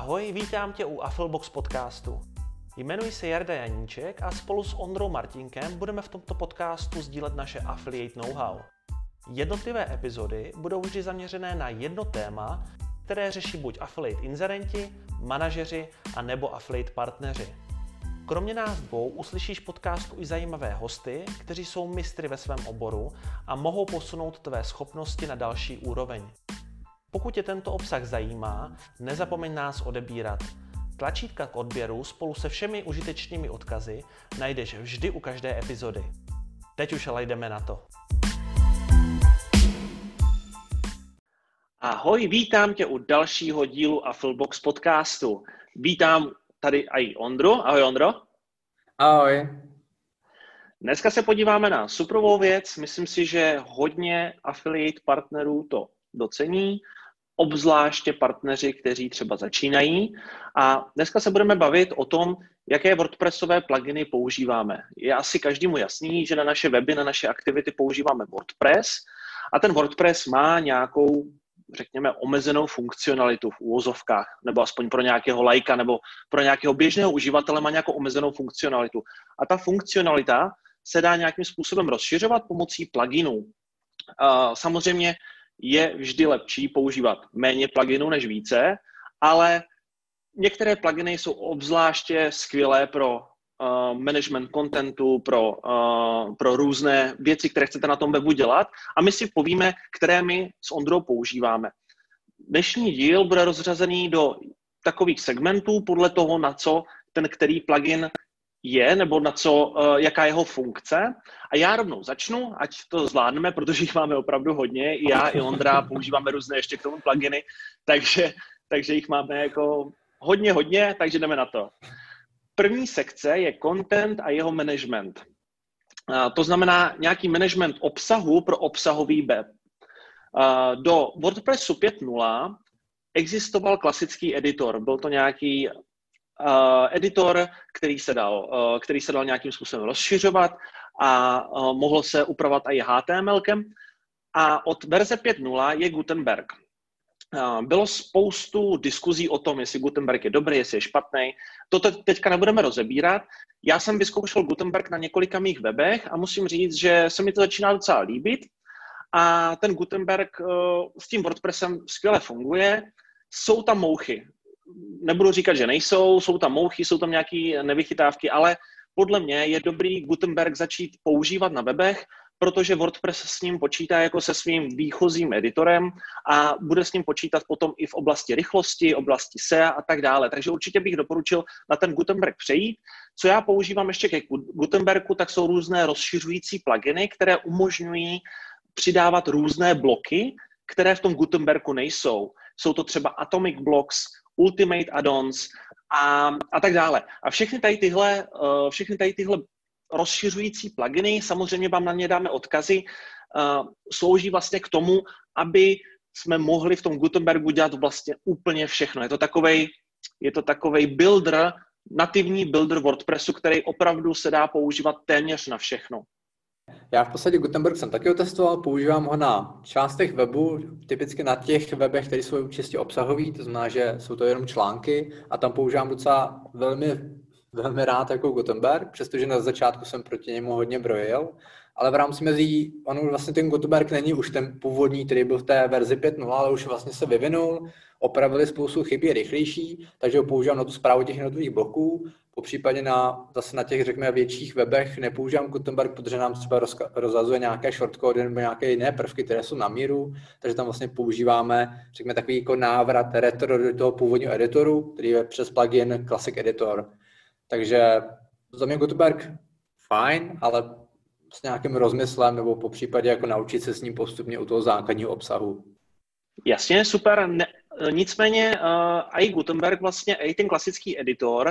Ahoj, vítám tě u Affilibox podcastu. Jmenuji se Jarda Janíček a spolu s Ondrou Martinkem budeme v tomto podcastu sdílet naše affiliate know-how. Jednotlivé epizody budou vždy zaměřené na jedno téma, které řeší buď affiliate inzerenti, manažeři a nebo affiliate partneři. Kromě nás dvou uslyšíš v podcastu i zajímavé hosty, kteří jsou mistry ve svém oboru a mohou posunout tvé schopnosti na další úroveň. Pokud tě tento obsah zajímá, nezapomeň nás odebírat. Tlačítka k odběru spolu se všemi užitečnými odkazy najdeš vždy u každé epizody. Teď už ale jdeme na to. Ahoj, vítám tě u dalšího dílu Affilibox podcastu. Vítám tady i Ondru. Ahoj Ondro. Ahoj. Dneska se podíváme na superovou věc. Myslím si, že hodně affiliate partnerů to docení, obzvláště partneři, kteří třeba začínají. A dneska se budeme bavit o tom, jaké WordPressové pluginy používáme. Je asi každému jasný, že na naše weby, na naše aktivity používáme WordPress a ten WordPress má nějakou, řekněme, omezenou funkcionalitu v úvozovkách, nebo aspoň pro nějakého laika, nebo pro nějakého běžného uživatele má nějakou omezenou funkcionalitu. A ta funkcionalita se dá nějakým způsobem rozšiřovat pomocí pluginů. Samozřejmě je vždy lepší používat méně pluginů než více, ale některé pluginy jsou obzvláště skvělé pro management contentu, pro různé věci, které chcete na tom webu dělat a my si povíme, které my s Ondrou používáme. Dnešní díl bude rozřazený do takových segmentů podle toho, na co ten který plugin je, nebo na co, jaká je jeho funkce. A já rovnou začnu, ať to zvládneme, protože jich máme opravdu hodně. I já, i Ondra používáme různé ještě k tomu pluginy, takže jich máme jako hodně, takže jdeme na to. První sekce je content a jeho management. To znamená nějaký management obsahu pro obsahový web. Do WordPressu 5.0 existoval klasický editor. Byl to nějaký editor, který se dal nějakým způsobem rozšiřovat a mohl se upravovat i HTMLkem. A od verze 5.0 je Gutenberg. Bylo spoustu diskuzí o tom, jestli Gutenberg je dobrý, jestli je špatný. To teďka nebudeme rozebírat. Já jsem vyzkoušel Gutenberg na několika mých webech a musím říct, že se mi to začíná docela líbit. A ten Gutenberg s tím WordPressem skvěle funguje. Jsou tam mouchy. Nebudu říkat, že nejsou, jsou tam mouchy, jsou tam nějaké nevychytávky, ale podle mě je dobrý Gutenberg začít používat na webech, protože WordPress s ním počítá jako se svým výchozím editorem a bude s ním počítat potom i v oblasti rychlosti, oblasti SEA a tak dále. Takže určitě bych doporučil na ten Gutenberg přejít. Co já používám ještě ke Gutenbergu, tak jsou různé rozšiřující pluginy, které umožňují přidávat různé bloky, které v tom Gutenbergu nejsou. Jsou to třeba Atomic Blocks, Ultimate Add-ons a tak dále. A všechny tady tyhle rozšiřující pluginy, samozřejmě vám na ně dáme odkazy, slouží vlastně k tomu, aby jsme mohli v tom Gutenbergu dělat vlastně úplně všechno. Je to takovej builder, nativní builder WordPressu, který opravdu se dá používat téměř na všechno. Já v podstatě Gutenberg jsem taky otestoval, používám ho na částech webu, typicky na těch webech, které jsou čistě obsahový, to znamená, že jsou to jenom články a tam používám docela velmi rád jako Gutenberg, přestože na začátku jsem proti němu hodně brojil, ale v rámci mezí, on vlastně ten Gutenberg není už ten původní, který byl v té verzi 5.0, ale už vlastně se vyvinul, opravili spoustu chyb, je rychlejší, takže ho používám na tu správu těch jednotlivých bloků, popřípadě zase na těch, řekněme, větších webech nepoužívám Gutenberg, protože nám třeba rozhazuje nějaké shortcody nebo nějaké jiné prvky, které jsou na míru, takže tam vlastně používáme, řekněme, takový jako návrat retro do toho původního editoru, který je přes plugin Classic Editor. Takže za mě Gutenberg fajn, ale s nějakým rozmyslem nebo popřípadě jako naučit se s ním postupně u toho základního obsahu. Jasně, super. Nicméně i Gutenberg, vlastně i ten klasický editor,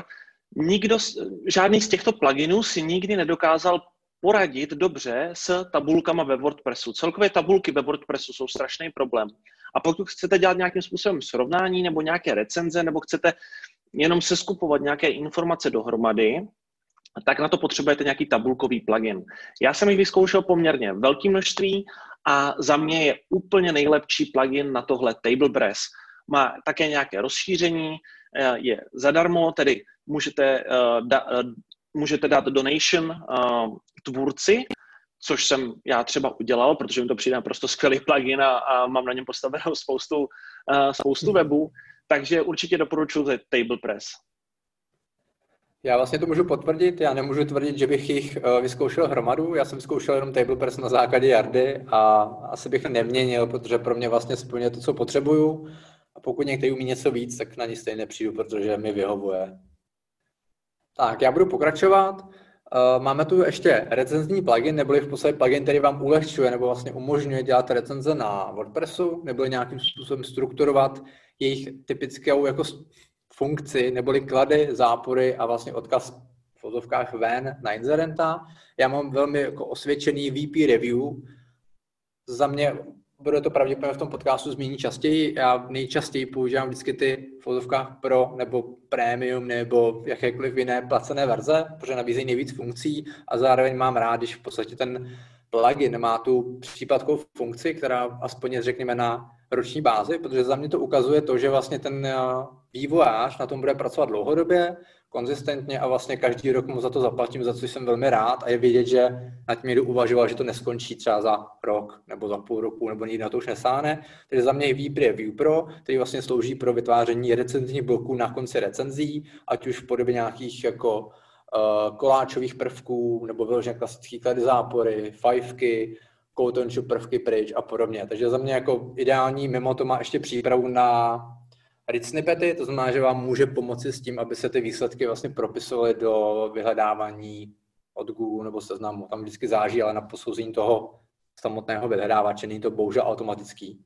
žádný z těchto pluginů si nikdy nedokázal poradit dobře s tabulkama ve WordPressu. Celkově tabulky ve WordPressu jsou strašný problém. A pokud chcete dělat nějakým způsobem srovnání nebo nějaké recenze, nebo chcete jenom seskupovat nějaké informace dohromady, tak na to potřebujete nějaký tabulkový plugin. Já jsem jich vyzkoušel poměrně velké množství a za mě je úplně nejlepší plugin na tohle TableBress. Má také nějaké rozšíření, je zadarmo, tedy můžete dát donation tvůrci, což jsem já třeba udělal, protože mi to přijde naprosto skvělý plugin a mám na něm postavenou spoustu webů, takže určitě doporučuji TablePress. Já vlastně to můžu potvrdit, já nemůžu tvrdit, že bych jich vyzkoušel hromadu, já jsem zkoušel jenom TablePress na základě Jardy a asi bych neměnil, protože pro mě vlastně splňuje to, co potřebuju, a pokud některý umí něco víc, tak na ní stejně nepřijdu, protože mi vyhovuje. Tak, já budu pokračovat. Máme tu ještě recenzní plugin, neboli v podstatě plugin, který vám ulehčuje nebo vlastně umožňuje dělat recenze na WordPressu, nebo nějakým způsobem strukturovat jejich typickou jako funkci, neboli klady, zápory a vlastně odkaz v fotovkách ven na inzerenta. Já mám velmi jako osvědčený VP review. Za mě bude to pravděpodobně v tom podcastu zmínit častěji. Já nejčastěji používám vždycky ty v fotovkách Pro nebo Premium nebo jakékoliv jiné placené verze, protože nabízejí nejvíc funkcí a zároveň mám rád, když v podstatě ten plugin má tu případkovou funkci, která aspoň řekněme na roční bázi, protože za mě to ukazuje to, že vlastně ten vývojář na tom bude pracovat dlouhodobě, konzistentně a vlastně každý rok mu za to zaplatím, za co jsem velmi rád a je vidět, že nad tím někdo uvažoval, že to neskončí třeba za rok nebo za půl roku nebo nikdy na to už nesáhne. Takže za mě je VP Review Pro, který vlastně slouží pro vytváření recenzních bloků na konci recenzí, ať už v podobě nějakých jako koláčových prvků nebo vyloženě klasické klady zápory, fajfky, koutončů prvky pryč a podobně. Takže za mě jako ideální, mimo to má ještě přípravu na rich snippety, to znamená, že vám může pomoci s tím, aby se ty výsledky vlastně propisovaly do vyhledávání od Google nebo Seznamu. Tam vždycky záží, ale na posouzení toho samotného vyhledávače, není to bohužel automatický.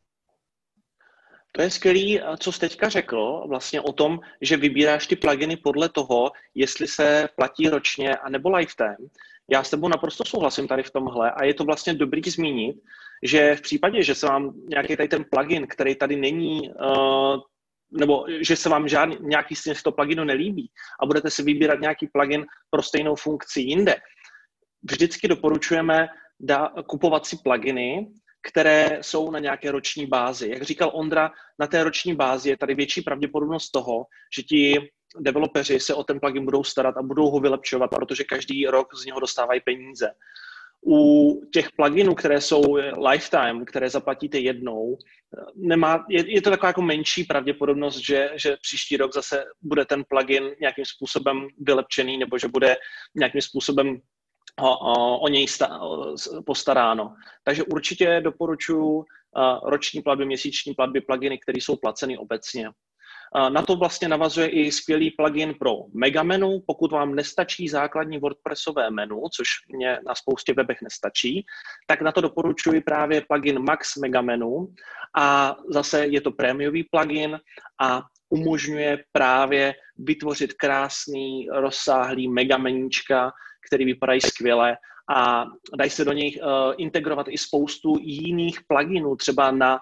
To je skvělý, co jsi teďka řekl, vlastně o tom, že vybíráš ty pluginy podle toho, jestli se platí ročně anebo lifetime. Já s tebou naprosto souhlasím tady v tomhle a je to vlastně dobrý zmínit, že v případě, že se vám nějaký tady ten plugin, který tady není, nebo že se vám nějaký z těchto pluginů nelíbí a budete si vybírat nějaký plugin pro stejnou funkci jinde, vždycky doporučujeme kupovat si pluginy, které jsou na nějaké roční bázi. Jak říkal Ondra, na té roční bázi je tady větší pravděpodobnost toho, že ti developeři se o ten plugin budou starat a budou ho vylepšovat, protože každý rok z něho dostávají peníze. U těch pluginů, které jsou lifetime, které zaplatíte jednou, je to taková jako menší pravděpodobnost, že příští rok zase bude ten plugin nějakým způsobem vylepšený nebo že bude nějakým způsobem o něj postaráno. Takže určitě doporučuji roční platby, měsíční platby, pluginy, které jsou placeny obecně. Na to vlastně navazuje i skvělý plugin pro megamenu. Pokud vám nestačí základní WordPressové menu, což mě na spoustě webech nestačí, tak na to doporučuji právě plugin Max Megamenu. A zase je to prémiový plugin a umožňuje právě vytvořit krásný, rozsáhlý megameníčka, který vypadají skvěle a dají se do nich integrovat i spoustu jiných pluginů, třeba na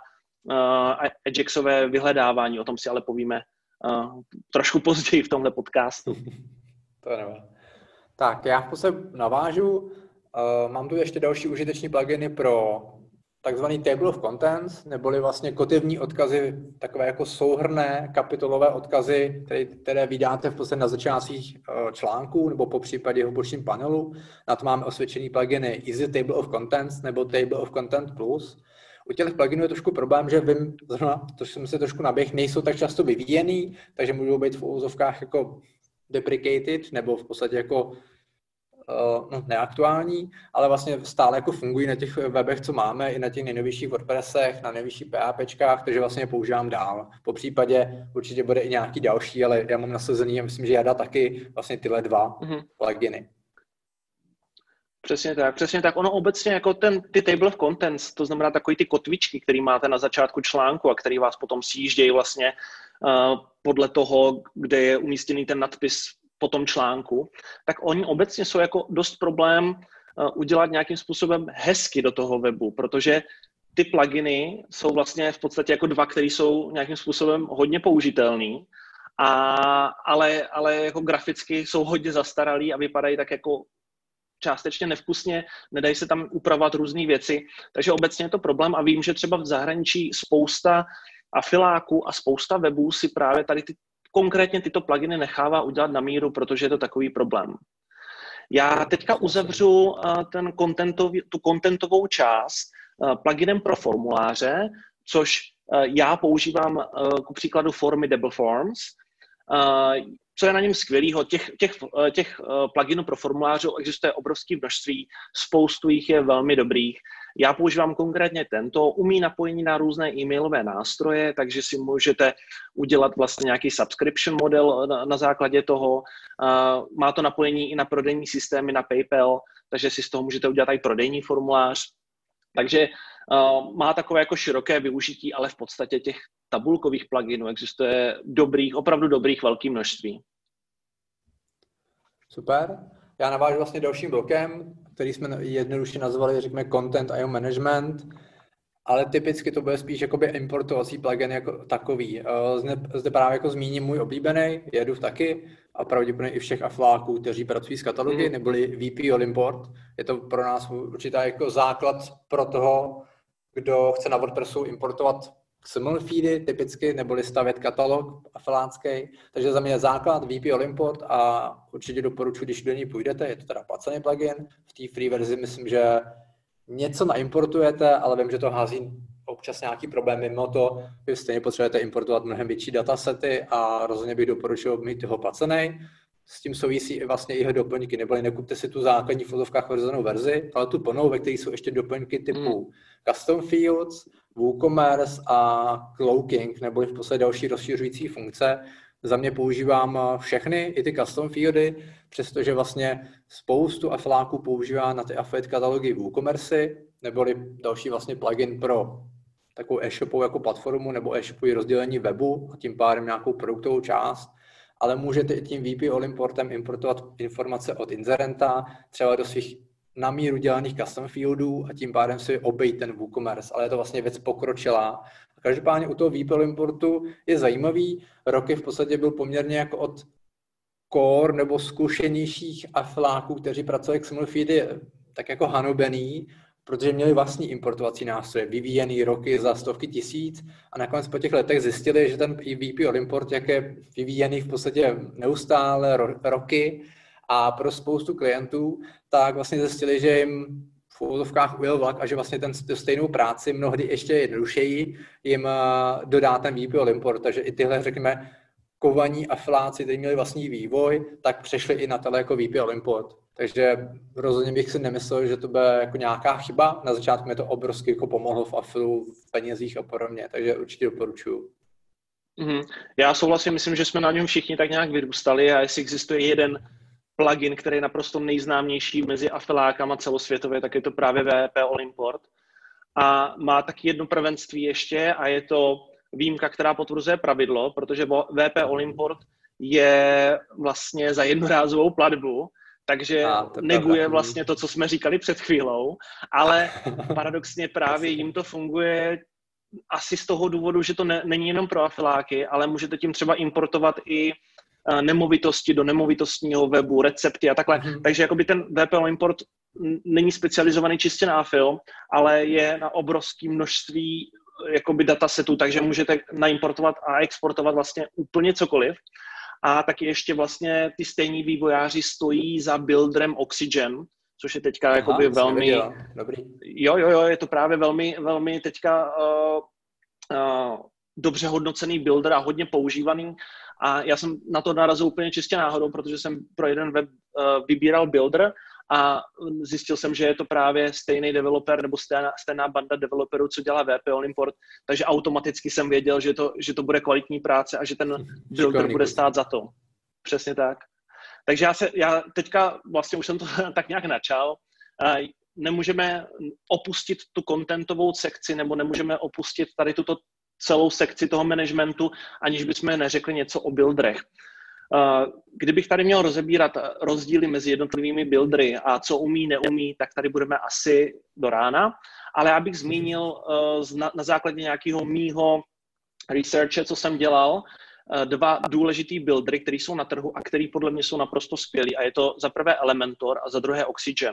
Ajaxové vyhledávání, o tom si ale povíme trošku později v tomhle podcastu. To nevím. Tak, já v podstatě navážu. Mám tu ještě další užitečný pluginy pro takzvaný table of contents, neboli vlastně kotivní odkazy, takové jako souhrnné kapitolové odkazy, které vydáte v podstatě na začátcích článků nebo po případě jeho bočním panelu. Na to máme osvědčený pluginy Easy Table of Contents nebo Table of Content Plus. U těch pluginů je trošku problém, že vím, zrovna, to jsem se trošku naběh, nejsou tak často vyvíjený, takže můžou být v úvozovkách jako deprecated nebo v podstatě jako neaktuální, ale vlastně stále jako fungují na těch webech, co máme, i na těch nejnovějších WordPressech, na nejvyšších PHPčkách, takže vlastně je používám dál. Po případě určitě bude i nějaký další, ale já mám nasazený a myslím, že Jarda taky vlastně tyhle dva pluginy. Přesně tak. Ono obecně jako ty table of contents, to znamená takový ty kotvičky, který máte na začátku článku a který vás potom sjíždějí vlastně podle toho, kde je umístěný ten nadpis po tom článku, tak oni obecně jsou jako dost problém udělat nějakým způsobem hezky do toho webu, protože ty pluginy jsou vlastně v podstatě jako dva, které jsou nějakým způsobem hodně použitelný, ale jako graficky jsou hodně zastaralý a vypadají tak jako částečně nevkusně, nedají se tam upravovat různé věci, takže obecně je to problém a vím, že třeba v zahraničí spousta afiláků a spousta webů si právě tady ty konkrétně tyto pluginy nechává udělat na míru, protože je to takový problém. Já teďka uzavřu tu contentovou část pluginem pro formuláře, což já používám ku příkladu Formidable Forms. Co je na něm skvělého? Těch pluginů pro formulářů existuje obrovské množství, spoustu jich je velmi dobrých. Já používám konkrétně tento, umí napojení na různé e-mailové nástroje, takže si můžete udělat vlastně nějaký subscription model na základě toho. Má to napojení i na prodejní systémy, na PayPal, takže si z toho můžete udělat i prodejní formulář. Takže má takové jako široké využití, ale v podstatě těch tabulkových pluginů existuje opravdu dobrých velké množství. Super. Já navážu vlastně dalším blokem, který jsme jednoduše nazvali, řekněme, Content IO Management, ale typicky to bude spíš jakoby importovací plugin jako takový. Zde právě jako zmíním můj oblíbený, Jedův taky, a pravděpodobně i všech afláků, kteří pracují s katalogy, neboli VP All Import. Je to pro nás určitá jako základ pro toho, kdo chce na WordPressu importovat XML feedy typicky, neboli stavět katalog afilátský. Takže za mě je základ VP All Import a určitě doporučuji, když do ní půjdete, je to teda placený plugin. V té free verzi myslím, že něco naimportujete, ale vím, že to hází občas nějaký problém. Mimo to, vy stejně potřebujete importovat mnohem větší datasety a rozhodně bych doporučil mít toho placený. S tím souvisí i vlastně jeho doplňky, neboli nekupte si tu základní v fotovkách hozenou verzi, ale tu plnou, ve které jsou ještě doplňky typu custom fields, WooCommerce a cloaking, neboli v podstatě další rozšiřující funkce. Za mě používám všechny, i ty custom fieldy, přestože vlastně spoustu afiláků používá na ty affiliate katalogy WooCommerce, neboli další vlastně plugin pro takovou e-shopovou jako platformu nebo e-shopový rozdělení webu a tím pádem nějakou produktovou část. Ale můžete i tím VP All Importem importovat informace od inzerenta, třeba do svých na míru dělaných custom fieldů a tím pádem si obejít ten WooCommerce, ale je to vlastně věc pokročilá. Každopádně u toho VP All Importu je zajímavý, roky v podstatě byl poměrně jako od core nebo zkušenějších afiláků, kteří pracovali XML feedy, tak jako hanobený, protože měli vlastní importovací nástroje, vyvíjený roky za stovky tisíc a nakonec po těch letech zjistili, že ten VP All Import, jak je vyvíjený v podstatě neustále roky a pro spoustu klientů, tak vlastně zjistili, že jim v úvodovkách ujel vlak a že vlastně ten stejnou práci mnohdy ještě jednodušeji jim dodá ten VP All Import, takže i tyhle, řekněme, kovaní afiláci, kteří měli vlastní vývoj, tak přešli i na tohle jako VP All Import. Takže rozhodně bych si nemyslel, že to bude jako nějaká chyba. Na začátku mi to obrovsky jako pomohlo v afilu, v penězích a podobně, takže určitě doporučuju. Já souhlasím, myslím, že jsme na něm všichni tak nějak vyrůstali a jestli existuje jeden plugin, který je naprosto nejznámější mezi afilákama celosvětově, tak je to právě VP All Import. A má taky jedno prvenství ještě a je to výjimka, která potvrzuje pravidlo, protože VP All Import je vlastně za jednorázovou platbu, takže neguje vlastně to, co jsme říkali před chvílou, ale paradoxně právě jim to funguje asi z toho důvodu, že to není jenom pro afiláky, ale můžete tím třeba importovat i nemovitosti do nemovitostního webu, recepty a takhle. Takže jakoby ten VP All Import není specializovaný čistě na afil, ale je na obrovské množství jakoby datasetů, takže můžete naimportovat a exportovat vlastně úplně cokoliv. A taky ještě vlastně ty stejní vývojáři stojí za builderem Oxygen, což je teďka jakoby velmi... Dobrý. Jo, je to právě velmi teďka dobře hodnocený builder a hodně používaný. A já jsem na to narazil úplně čistě náhodou, protože jsem pro jeden web vybíral builder a zjistil jsem, že je to právě stejný developer nebo stejná banda developerů, co dělá VP All Import, takže automaticky jsem věděl, že to bude kvalitní práce a že ten builder bude stát za to. Přesně tak. Takže já teďka vlastně už jsem to tak nějak načal. Nemůžeme opustit tu contentovou sekci nebo nemůžeme opustit tady tuto celou sekci toho managementu, aniž bychom neřekli něco o builderech. Kdybych tady měl rozebírat rozdíly mezi jednotlivými buildery a co umí, neumí, tak tady budeme asi do rána, ale já bych zmínil na základě nějakého mýho researche, co jsem dělal, dva důležitý buildery, které jsou na trhu a které podle mě jsou naprosto skvělý a je to za prvé Elementor a za druhé Oxygen.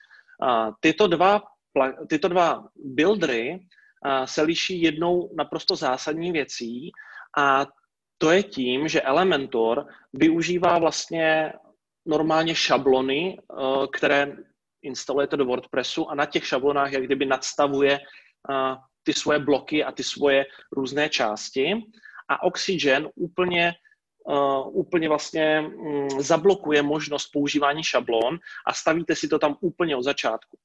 Tyto dva buildery se liší jednou naprosto zásadní věcí a To je tím, že Elementor využívá vlastně normálně šablony, které instalujete do WordPressu a na těch šablonách jak kdyby nadstavuje ty svoje bloky a ty svoje různé části. A Oxygen úplně vlastně zablokuje možnost používání šablon a stavíte si to tam úplně od začátku.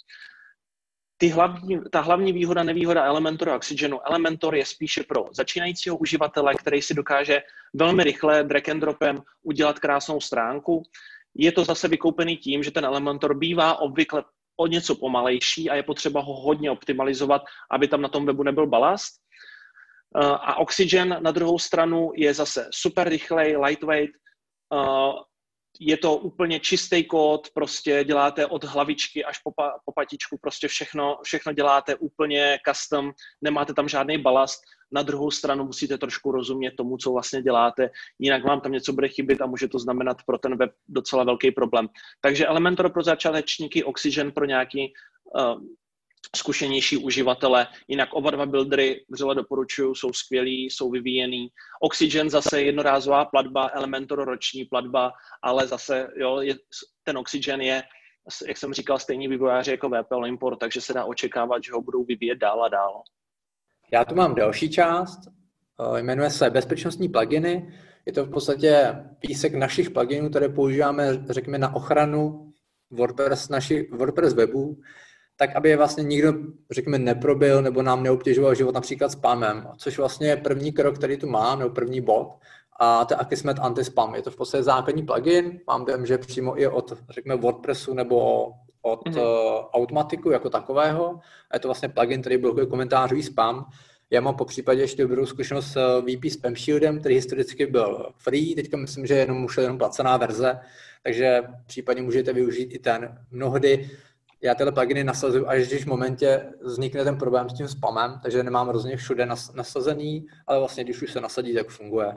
Ta hlavní výhoda, nevýhoda Elementoru a Oxygenu. Elementor je spíše pro začínajícího uživatele, který si dokáže velmi rychle drag and dropem udělat krásnou stránku. Je to zase vykoupený tím, že ten Elementor bývá obvykle o něco pomalejší a je potřeba ho hodně optimalizovat, aby tam na tom webu nebyl balast. A Oxygen na druhou stranu je zase super rychlej, lightweight, je to úplně čistý kód, prostě děláte od hlavičky až po patičku, prostě všechno děláte úplně custom, nemáte tam žádný balast. Na druhou stranu musíte trošku rozumět tomu, co vlastně děláte, jinak vám tam něco bude chybět a může to znamenat pro ten web docela velký problém. Takže Elementor pro začátečníky, Oxygen pro nějaký zkušenější uživatele. Jinak oba dva buildery vřele doporučuju, jsou skvělí, jsou vyvíjený. Oxygen zase jednorázová platba, Elementor roční platba, ale zase ten Oxygen je, jak jsem říkal, stejný vývojáři jako WP Import, takže se dá očekávat, že ho budou vyvíjet dál a dál. Já tu mám další část, jmenuje se bezpečnostní pluginy. Je to v podstatě písek našich pluginů, které používáme, řekněme, na ochranu WordPress webů, tak aby je vlastně nikdo, řekněme, neprobil nebo nám neobtěžoval život například spamem, což vlastně je první krok, který tu mám, nebo první bod, a to je Akismet Anti-Spam. Je to v podstatě základní plugin, mám dojem, že přímo i od, řekněme, WordPressu nebo od Automatiku jako takového. A je to vlastně plugin, který blokuje komentářový spam. Já mám po případě ještě dobrou zkušenost s VP Spam Shieldem, který historicky byl free, teďka myslím, že už je jenom placená verze, takže případně můžete využít i ten. Mnohdy já tyhle pluginy nasazuju, až když v momentě vznikne ten problém s tím spamem, takže nemám hrozně všude nasazený, ale vlastně když už se nasadí, tak funguje.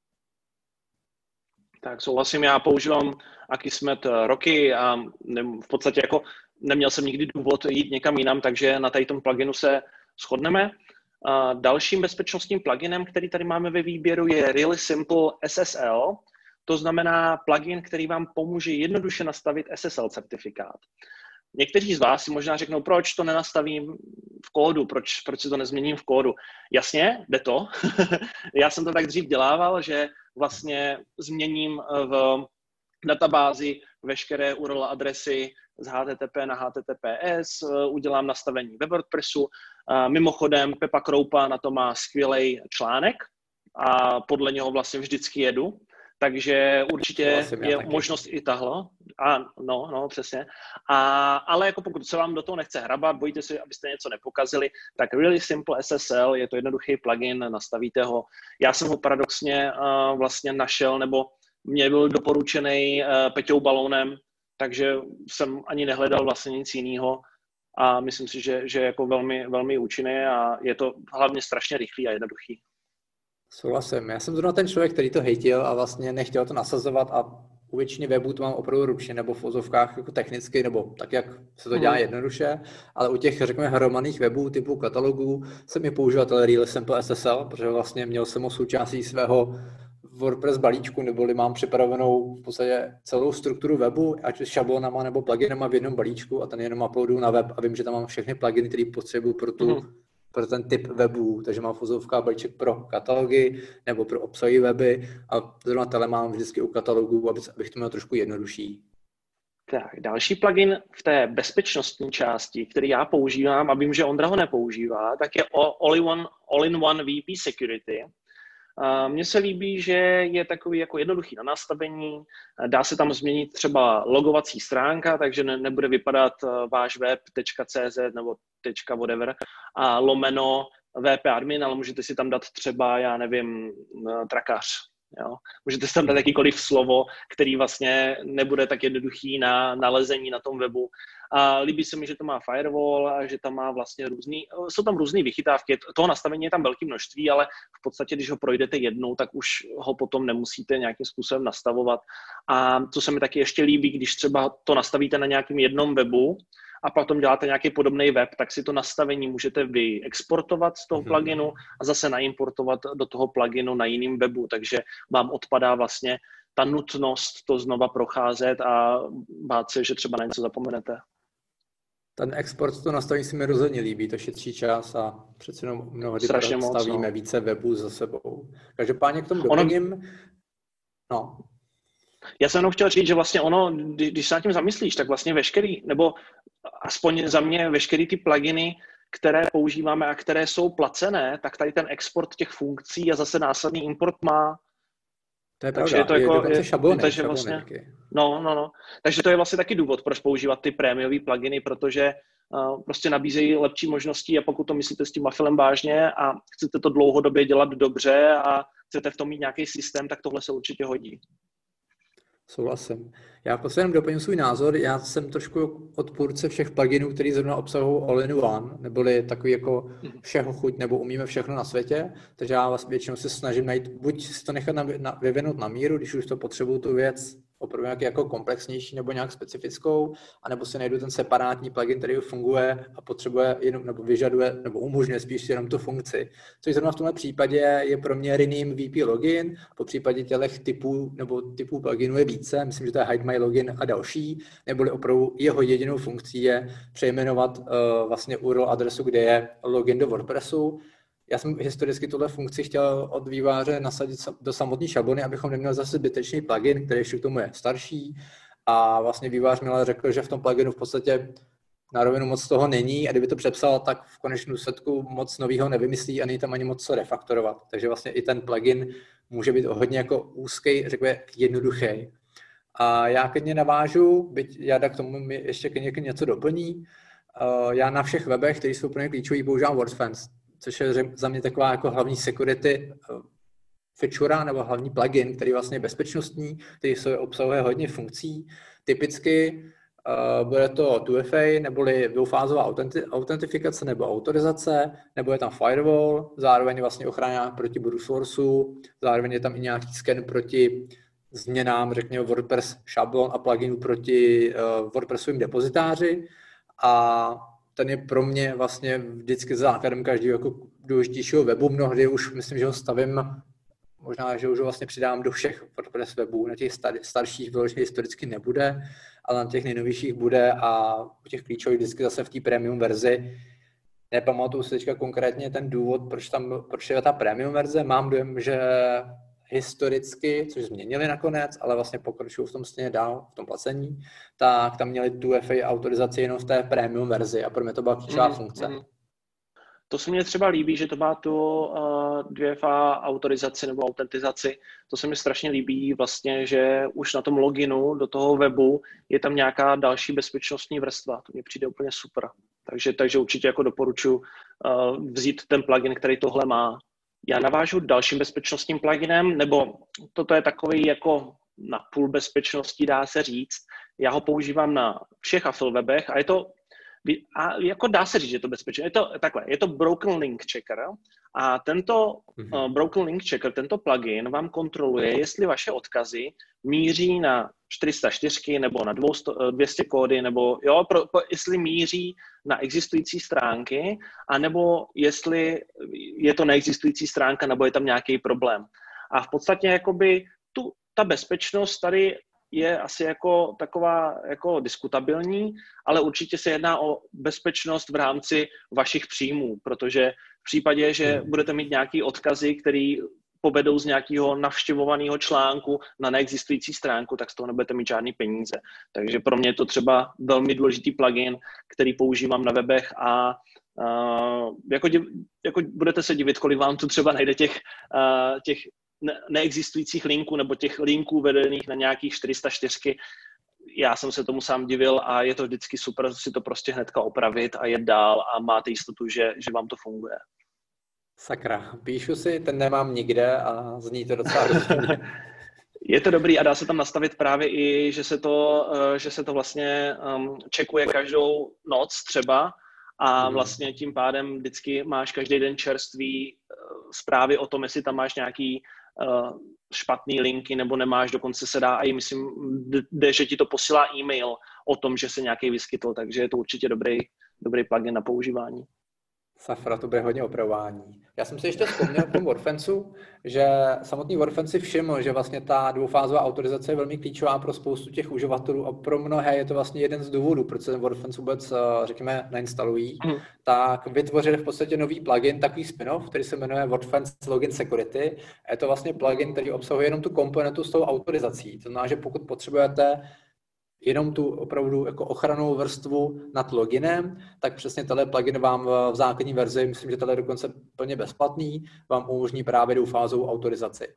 Tak souhlasím, já používám Akismet roky a v podstatě jako neměl jsem nikdy důvod jít někam jinam, takže na tady tom pluginu se shodneme. Dalším bezpečnostním pluginem, který tady máme ve výběru, je Really Simple SSL. To znamená plugin, který vám pomůže jednoduše nastavit SSL certifikát. Někteří z vás si možná řeknou, proč to nenastavím v kódu, proč si to nezměním v kódu. Jasně, jde to. Já jsem to tak dřív dělával, že vlastně změním v databázi veškeré URL adresy z HTTP na HTTPS, udělám nastavení ve WordPressu. Mimochodem, Pepa Kroupa na to má skvělý článek a podle něho vlastně vždycky jedu. Takže určitě je možnost i tahle. No, přesně. Ale jako pokud se vám do toho nechce hrabat, bojíte se, abyste něco nepokazili, tak Really Simple SSL je to jednoduchý plugin, nastavíte ho. Já jsem ho paradoxně vlastně našel, nebo mě byl doporučený Peťou Balónem, takže jsem ani nehledal vlastně nic jiného a myslím si, že je jako velmi, velmi účinný a je to hlavně strašně rychlý a jednoduchý. Souhlasím. Já jsem zrovna ten člověk, který to hejtil a vlastně nechtěl to nasazovat a u většiny webů to mám opravdu ručně nebo v vozovkách jako technicky, nebo tak, jak se to dělá jednoduše, ale u těch, řekněme, hromadných webů typu katalogů jsem i používal Really Simple SSL, protože vlastně měl jsem ho součástí svého WordPress balíčku, neboli mám připravenou v podstatě celou strukturu webu, ať s šablonama nebo pluginama v jednom balíčku a ten jenom uploaduju na web a vím, že tam mám všechny pluginy, které potřebuju pro ten typ webů, takže mám vozovka balíček pro katalogy nebo pro obsahové weby a zrovna tele mám vždycky u katalogů, abych to měl trošku jednodušší. Tak, další plugin v té bezpečnostní části, který já používám a vím, že Ondra ho nepoužívá, tak je All-in-One VP Security. Mně se líbí, že je takový jako jednoduchý na nastavení, dá se tam změnit třeba logovací stránka, takže nebude vypadat váš web.cz nebo .whatever a lomeno VP admin, ale můžete si tam dát třeba, já nevím, trakař. Jo? Můžete si tam dát jakýkoliv slovo, který vlastně nebude tak jednoduchý na nalezení na tom webu. A líbí se mi, že to má firewall a že tam má vlastně jsou tam různý vychytávky. Toho nastavení je tam velké množství, ale v podstatě, když ho projdete jednou, tak už ho potom nemusíte nějakým způsobem nastavovat. A co se mi taky ještě líbí, když třeba to nastavíte na nějakým jednom webu a potom děláte nějaký podobný web, tak si to nastavení můžete vy exportovat z toho pluginu a zase naimportovat do toho pluginu na jiném webu, takže vám odpadá vlastně ta nutnost to znova procházet a bát se, že třeba na něco zapomenete. Ten export, to nastavení se mi rozhodně líbí, to šetří čas a přece jenom mnohdy stavíme více webů za sebou. Každopádně k tomu doplním. No. Já jsem jenom chtěl říct, že vlastně ono, když se nad tím zamyslíš, tak vlastně veškerý, nebo aspoň za mě veškerý ty pluginy, které používáme a které jsou placené, tak tady ten export těch funkcí a zase následný import má. To je pravda, je to jako, je šablony, vlastně, no. Takže to je vlastně taky důvod, proč používat ty prémiové pluginy, protože prostě nabízejí lepší možnosti a pokud to myslíte s tím Affilem vážně a chcete to dlouhodobě dělat dobře a chcete v tom mít nějaký systém, tak tohle se určitě hodí. Souhlasím. Já prostě jenom doplním svůj názor. Já jsem trošku odpůrce všech pluginů, který zrovna obsahují all-in-one, neboli takový jako všeho chuť, nebo umíme všechno na světě. Takže já vás většinou se snažím najít, buď si to nechat vyvinout na míru, když už to potřebuju tu věc opravdu nějak jako komplexnější nebo nějak specifickou, anebo si najdu ten separátní plugin, který funguje a potřebuje jenom, nebo vyžaduje, nebo umožňuje spíš jenom tu funkci. Což zrovna v tomhle případě je pro mě rename VP login, po případě těch typů pluginů je více, myslím, že to je hide my login a další, neboli opravdu jeho jedinou funkcí je přejmenovat vlastně URL adresu, kde je login do WordPressu. Já jsem historicky tuhle funkci chtěl od vývojáře nasadit do samotné šablony, abychom neměli zase zbytečný plugin, který ještě k tomu je starší. A vlastně vývojář mi ale řekl, že v tom pluginu v podstatě na rovinu moc toho není a kdyby to přepsal, tak v konečném důsledku moc novýho nevymyslí a není tam ani moc co refaktorovat. Takže vlastně i ten plugin může být hodně jako úzký, řekněme jednoduchý. A já klidně navážu, byť Jarda k tomu mi ještě něco doplní. Já na všech webech, které jsou pro mě klíčový, používám WordFence, což je za mě taková jako hlavní security feature nebo hlavní plugin, který vlastně je bezpečnostní, který obsahuje hodně funkcí. Typicky bude to 2FA, neboli dvoufázová autentifikace nebo autorizace, nebo je tam firewall, zároveň vlastně ochrana proti brute forceu, zároveň je tam i nějaký scan proti změnám, řekněme, WordPress šablon a pluginů proti WordPressovým depozitáři a ten je pro mě vlastně vždycky základem každého jako důležitějšího webu. Mnohdy už myslím, že ho stavím, možná, že už ho vlastně přidám do všech WordPress webů. Na těch starších vyloženě historicky nebude, ale na těch nejnovějších bude a u těch klíčových vždycky zase v té premium verzi. Nepamatuju si teďka konkrétně ten důvod, proč je ta premium verze. Mám dojem, že historicky, což změnili nakonec, ale vlastně pokračují v tom stejně dál, v tom placení, tak tam měli tu FA autorizaci jenom v té premium verzi a pro mě to byla klíčová funkce. To se mně třeba líbí, že to má tu 2FA autorizaci nebo autentizaci. To se mi strašně líbí vlastně, že už na tom loginu do toho webu je tam nějaká další bezpečnostní vrstva. To mi přijde úplně super. Takže určitě jako doporučuji vzít ten plugin, který tohle má. Já navážu dalším bezpečnostním pluginem, nebo toto je takový jako na půl bezpečností, dá se říct. Já ho používám na všech Affil webech a je to, a jako dá se říct, že je to bezpečné. Je to Broken Link Checker a tento Broken Link Checker, tento plugin vám kontroluje, jestli vaše odkazy míří na 404 nebo na 200 kódy, nebo jestli míří na existující stránky, anebo jestli je to neexistující stránka, nebo je tam nějaký problém. A v podstatě jakoby ta bezpečnost tady je asi jako taková jako diskutabilní, ale určitě se jedná o bezpečnost v rámci vašich příjmů, protože v případě, že budete mít nějaký odkazy, který povedou z nějakého navštěvovaného článku na neexistující stránku, tak z toho nebudete mít žádný peníze. Takže pro mě je to třeba velmi důležitý plugin, který používám na webech a jako budete se divit, kolik vám tu třeba najde těch neexistujících linků nebo těch linků vedených na nějakých 404. Já jsem se tomu sám divil a je to vždycky super si to prostě hnedka opravit a jet dál a máte jistotu, že vám to funguje. Sakra, píšu si, ten nemám nikde a zní to docela rozdílně. Je to dobrý a dá se tam nastavit právě i, že se to vlastně checkuje každou noc třeba a vlastně tím pádem vždycky máš každý den čerstvý zprávy o tom, jestli tam máš nějaký špatný linky, nebo nemáš, dokonce se dá, a i myslím, že ti to posílá e-mail o tom, že se nějaký vyskytl, takže je to určitě dobrý plugin na používání. Safra, to bude hodně opravování. Já jsem si ještě vzpomněl v tom WordFencu, že samotný WordFence si všiml, že vlastně ta dvoufázová autorizace je velmi klíčová pro spoustu těch uživatelů a pro mnohé je to vlastně jeden z důvodů, proč se ten WordFence vůbec, řekněme, nainstalují. Tak vytvořili v podstatě nový plugin, takový spin-off, který se jmenuje WordFence Login Security. A je to vlastně plugin, který obsahuje jenom tu komponentu s tou autorizací. To znamená, že pokud potřebujete jenom tu opravdu jako ochrannou vrstvu nad loginem, tak přesně tenhle plugin vám v základní verzi, myslím, že tenhle je dokonce plně bezplatný, vám umožní právě dvoufázovou autorizaci.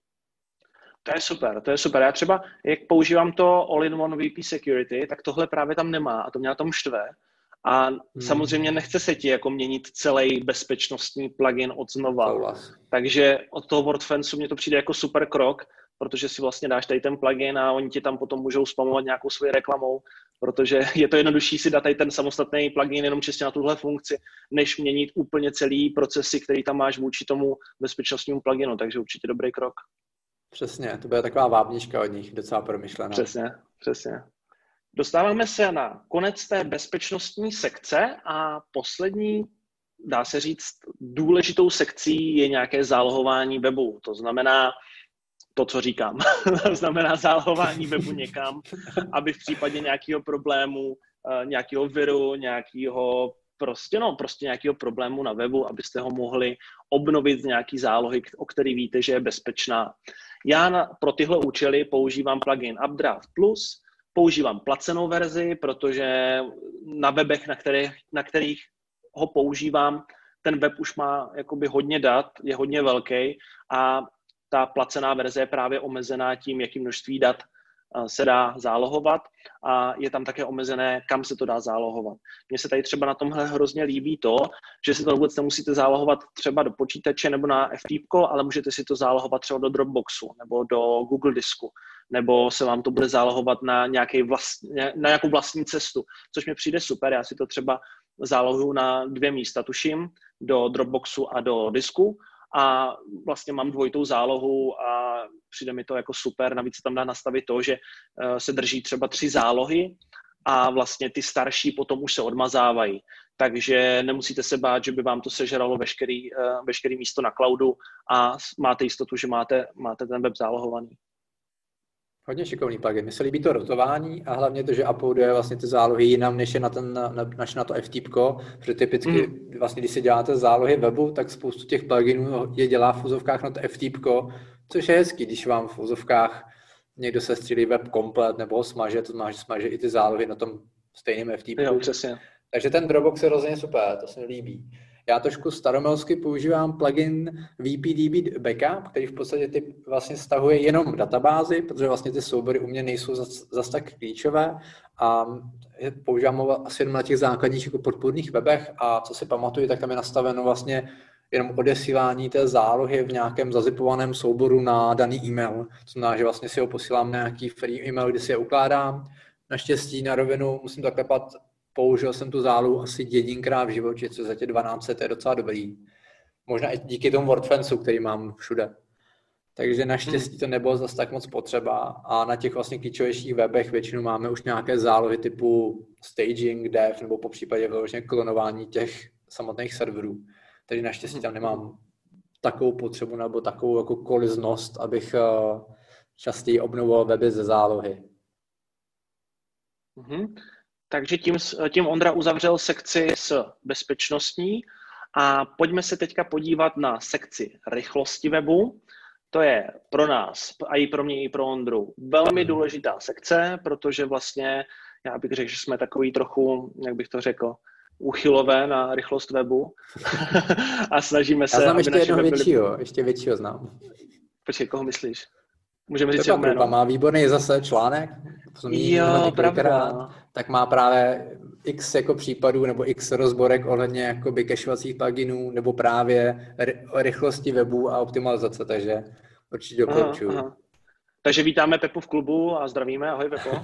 To je super. Já třeba, jak používám to All-in-One VP Security, tak tohle právě tam nemá a to mě na tom štve. A samozřejmě nechce se ti jako měnit celý bezpečnostní plugin od znova. Takže od toho WordFenceu mně to přijde jako super krok, protože si vlastně dáš tady ten plugin a oni ti tam potom můžou spamovat nějakou svoji reklamou, protože je to jednodušší si dát tady ten samostatný plugin jenom čistě na tuhle funkci, než měnit úplně celý procesy, který tam máš vůči tomu bezpečnostnímu pluginu, takže určitě dobrý krok. Přesně, to bude taková vábnička od nich, docela promyšlená. Přesně. Dostáváme se na konec té bezpečnostní sekce a poslední, dá se říct, důležitou sekcí je nějaké zálohování webu. To znamená to, co říkám. To znamená zálohování webu někam, aby v případě nějakého problému, nějakého viru, prostě nějakého problému na webu, abyste ho mohli obnovit z nějaký zálohy, o který víte, že je bezpečná. Já pro tyhle účely používám plugin Updraft Plus, používám placenou verzi, protože na webech, na kterých ho používám, ten web už má jakoby hodně dat, je hodně velký a ta placená verze je právě omezená tím, jaký množství dat se dá zálohovat a je tam také omezené, kam se to dá zálohovat. Mně se tady třeba na tomhle hrozně líbí to, že si to vůbec nemusíte zálohovat třeba do počítače nebo na FTP, ale můžete si to zálohovat třeba do Dropboxu nebo do Google Disku, nebo se vám to bude zálohovat na nějakou vlastní cestu, což mi přijde super. Já si to třeba zálohuju na 2 místa, tuším, do Dropboxu a do disku, a vlastně mám dvojitou zálohu a přijde mi to jako super. Navíc se tam dá nastavit to, že se drží třeba 3 zálohy a vlastně ty starší potom už se odmazávají. Takže nemusíte se bát, že by vám to sežralo veškerý místo na cloudu a máte jistotu, že máte ten web zálohovaný. Hodně šikovný plugin. Mně se líbí to rotování a hlavně to, že uploaduje vlastně ty zálohy jinam, než je na to FTP, protože typicky vlastně, když si děláte zálohy webu, tak spoustu těch pluginů je dělá v úzovkách na to FTP, což je hezký, když vám v úzovkách někdo se střílí web komplet nebo ho smaže, to znamená, že smaže i ty zálohy na tom stejném FTP. Jo, přesně. Takže ten Dropbox je hrozně super, to se mi líbí. Já trošku staromilsky používám plugin VPDB Backup, který v podstatě vlastně stahuje jenom databázy, protože vlastně ty soubory u mě nejsou zas tak klíčové a používám ho asi jenom na těch základních jako podpůrných webech a co si pamatuju, tak tam je nastaveno vlastně jenom odesílání té zálohy v nějakém zazipovaném souboru na daný e-mail. To znamená, že vlastně si ho posílám na nějaký free e-mail, kde si je ukládám. Naštěstí na rovinu musím to klepat. Použil jsem tu zálohu asi 1krát v životě, co za tě 1200 je docela dobrý. Možná i díky tomu WordFenceu, který mám všude. Takže naštěstí to nebylo zase tak moc potřeba a na těch vlastně klíčovějších webech většinou máme už nějaké zálohy typu staging, dev nebo po případě vyloženě klonování těch samotných serverů. Takže naštěstí tam nemám takovou potřebu nebo takovou jako koliznost, abych častěji obnovoval weby ze zálohy. Takže tím Ondra uzavřel sekci s bezpečností a pojďme se teďka podívat na sekci rychlosti webu. To je pro nás, a i pro mě, i pro Ondru, velmi důležitá sekce, protože vlastně, já bych řekl, že jsme takový trochu, jak bych to řekl, úchylové na rychlost webu a snažíme se... Já znám ještě jednoho většího, ještě většího znám. Počkej, koho myslíš? Můžeme říct jeho jméno. Má výborný zase článek, jo, pravda. Tak má právě x jako případů nebo x rozborek ohledně jakoby cacheovacích pluginů nebo právě rychlosti webu a optimalizace, takže určitě doporučuji. Takže vítáme Pepu v klubu a zdravíme, ahoj Pepo.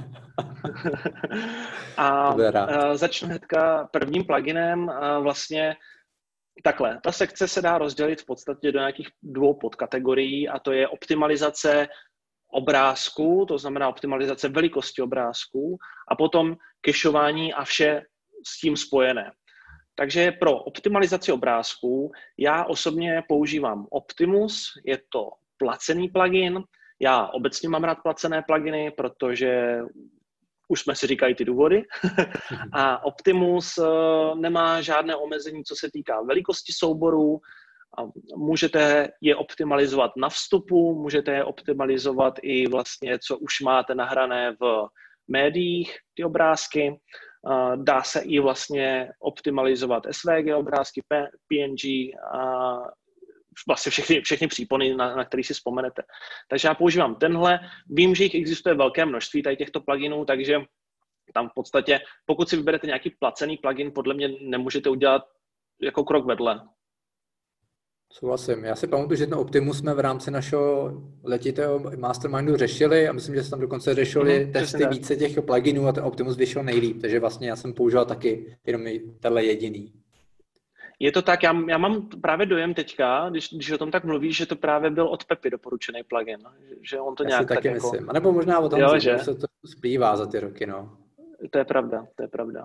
A začnu hnedka prvním pluginem. Vlastně Takhle, ta sekce se dá rozdělit v podstatě do nějakých 2 podkategorií a to je optimalizace obrázků, to znamená optimalizace velikosti obrázků a potom cacheování a vše s tím spojené. Takže pro optimalizaci obrázků já osobně používám Optimus, je to placený plugin. Já obecně mám rád placené pluginy, protože už jsme si říkali ty důvody. A Optimus nemá žádné omezení, co se týká velikosti souborů. Můžete je optimalizovat na vstupu, můžete je optimalizovat i vlastně, co už máte nahrané v médiích, ty obrázky. Dá se i vlastně optimalizovat SVG obrázky, PNG a vlastně všechny přípony, na který si vzpomenete. Takže já používám tenhle. Vím, že jich existuje velké množství tady těchto pluginů, takže tam v podstatě, pokud si vyberete nějaký placený plugin, podle mě nemůžete udělat jako krok vedle. Souhlasím. Já si pamatuju, že ten Optimus jsme v rámci našeho letitého mastermindu řešili a myslím, že se tam dokonce řešili testy více těch pluginů a ten Optimus vyšel nejlíp, takže vlastně já jsem používal taky jenom tenhle jediný. Je to tak, já mám právě dojem teďka, když o tom tak mluvíš, že to právě byl od Pepy doporučený plugin, že on to nějak taky tak myslím. Jako... A nebo možná od Honzy, že se to splývá za ty roky, no. To je pravda.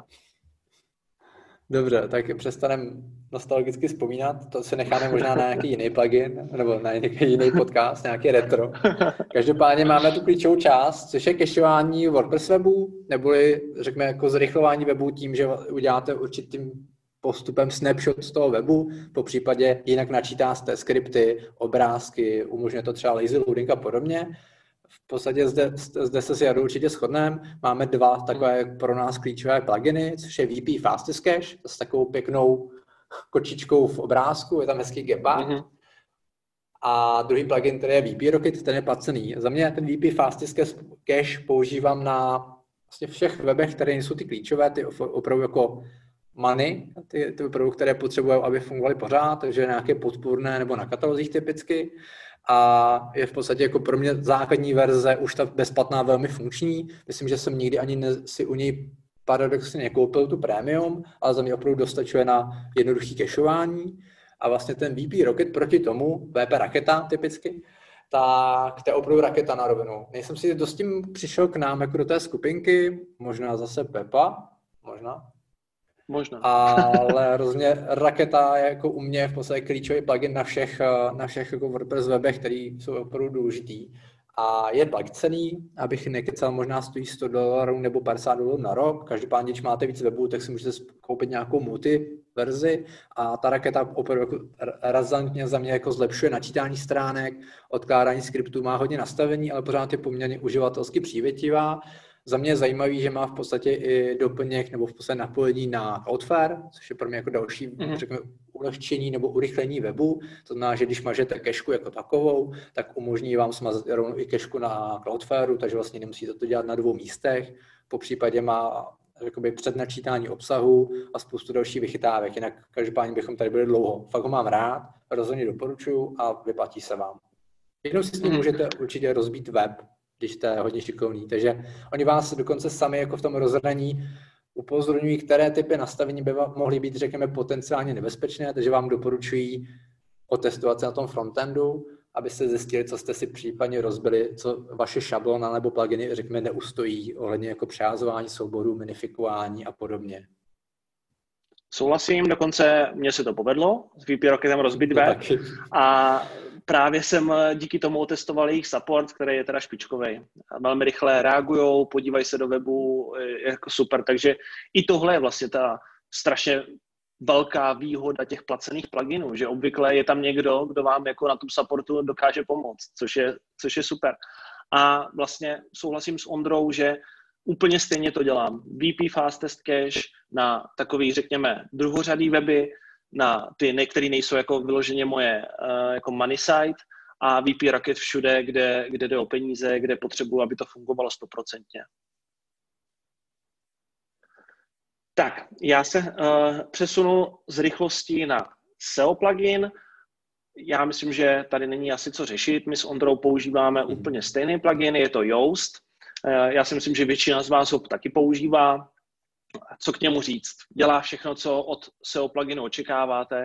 Dobře, tak přestaneme nostalgicky vzpomínat, to si necháme možná na nějaký jiný plugin, nebo na nějaký jiný podcast, nějaký retro. Každopádně máme tu klíčovou část, což je cacheování WordPress webu, neboli řekněme jako zrychlování webu tím, že uděláte určitým postupem snapshot z toho webu, po případě jinak načítáte skripty, obrázky, umožňuje to třeba lazy loading a podobně. V podstatě zde se si určitě shodneme. Máme 2 takové pro nás klíčové pluginy, což je VP Fastest Cache, s takovou pěknou kočičkou v obrázku, je tam hezký gepard. A druhý plugin, který je VP Rocket, ten je placený. Za mě ten VP Fastest Cache používám na vlastně všech webech, které nejsou ty klíčové, ty opravdu jako money, ty opravdu, které potřebují, aby fungovaly pořád, takže nějaké podpůrné nebo na katalozích typicky. A je v podstatě jako pro mě základní verze, už ta bezplatná velmi funkční. Myslím, že jsem nikdy ani si u něj paradoxně nekoupil tu premium, ale za mě opravdu dostačuje na jednoduché cacheování. A vlastně ten VP Rocket proti tomu, VP Raketa typicky, tak to je opravdu raketa na rovinu. Nejsem si dost tím přišel k nám jako do té skupinky, možná zase Pepa, Možná. Ale rozhodně raketa je jako u mě v podstatě klíčový plugin na všech jako WordPress webech, který jsou opravdu důležitý. A je placený, abych nekecal, možná stojí $100 nebo $50 na rok. Každopádně, když máte víc webů, tak si můžete koupit nějakou multi verzi a ta raketa opravdu jako razantně za mě jako zlepšuje načítání stránek, odkládání skriptů, má hodně nastavení, ale pořád je poměrně uživatelsky přívětivá. Za mě je zajímavý, že má v podstatě i doplněk nebo v podstatě napojení na Cloudflare, což je pro mě jako další řekněme, ulehčení nebo urychlení webu. To znamená, že když mažete kešku jako takovou, tak umožní vám smazat rovnou i kešku na Cloudflareu, takže vlastně nemusíte to dělat na 2 místech. Po případě má jakoby přednačítání obsahu a spoustu dalších vychytávek. Jinak každopádně bychom tady byli dlouho. Fakt ho mám rád, rozhodně doporučuji a vyplatí se vám. Jednou si s ním můžete určitě rozbít web, když jste hodně šikovný. Takže oni vás dokonce sami jako v tom rozhraní upozorňují, které typy nastavení by mohly být, řekněme, potenciálně nebezpečné, takže vám doporučují otestovat se na tom frontendu, abyste zjistili, co jste si případně rozbili, co vaše šablona nebo pluginy, řekněme, neustojí ohledně jako přeházování souborů, minifikování a podobně. Souhlasím, dokonce mně se to povedlo s VP Rocketem rozbit web a právě jsem díky tomu otestoval jejich support, který je teda špičkový. Velmi rychle reagujou, podívají se do webu, je jako super, takže i tohle je vlastně ta strašně velká výhoda těch placených pluginů, že obvykle je tam někdo, kdo vám jako na tom supportu dokáže pomoct, což je super. A vlastně souhlasím s Ondrou, že úplně stejně to dělám. VP Fastest Cache na takový, řekněme, druhořadý weby, na ty, které nejsou jako vyloženě moje jako money site a VP Rocket všude, kde jde o peníze, kde potřebuji, aby to fungovalo 100%. Tak, já se přesunu z rychlosti na SEO plugin. Já myslím, že tady není asi co řešit. My s Ondrou používáme úplně stejný plugin, je to Yoast. Já si myslím, že většina z vás ho taky používá. Co k němu říct? Dělá všechno, co od SEO pluginu očekáváte.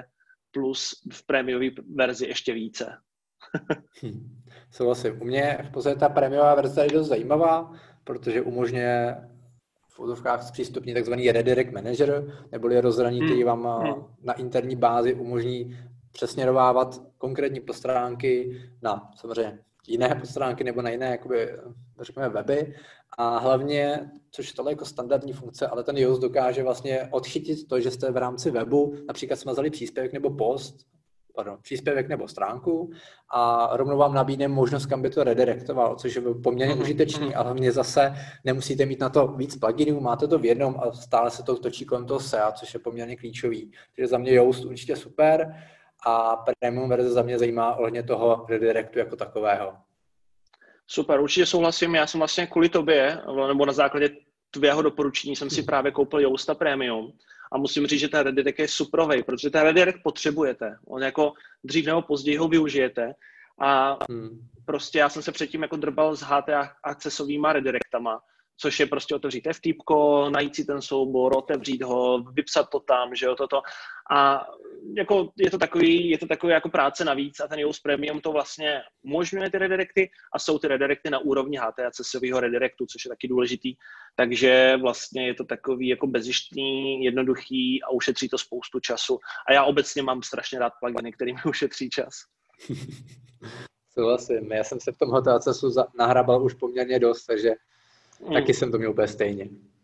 plus v prémiové verzi ještě více. Souhlasím. U mě v podstatě ta prémiová verze je dost zajímavá, protože umožňuje v úzovkách zpřístupnit takzvaný redirect manager, neboli rozhraní, který vám na interní bázi umožní přesměrovávat konkrétní podstránky na samozřejmě jiné podstránky nebo na jiné, jakoby, řekněme, weby. A hlavně, což tohle jako standardní funkce, ale ten Yoast dokáže vlastně odchytit to, že jste v rámci webu například smazali příspěvek nebo stránku a rovnou vám nabídne možnost, kam by to redirektoval, což je poměrně užitečný a hlavně zase nemusíte mít na to víc pluginů, máte to v jednom a stále se to točí kolem toho SEA, což je poměrně klíčový. Takže za mě Yoast určitě super a premium verze za mě zajímá ohledně toho redirectu jako takového. Super, určitě souhlasím, já jsem vlastně kvůli tobě, nebo na základě tvého doporučení jsem si právě koupil Yoasta Premium a musím říct, že ten redirect je superovej, protože ten redirect potřebujete, on jako dřív nebo později ho využijete a prostě já jsem se předtím jako drbal s HT accesovýma redirectama, což je prostě otevřít FTPko, najít si ten soubor, otevřít ho, vypsat to tam, že jo, toto. A jako je to takový jako práce navíc a ten Yoast Premium to vlastně umožňuje ty redirecty a jsou ty redirecty na úrovni HTACSového redirectu, což je taky důležitý. Takže vlastně je to takový jako bezištný, jednoduchý a ušetří to spoustu času. A já obecně mám strašně rád pluginy, který mi ušetří čas. Souhlasím, já jsem se v tom HTACSu nahrabal už poměrně dost, takže taky jsem to měl úplně stejně.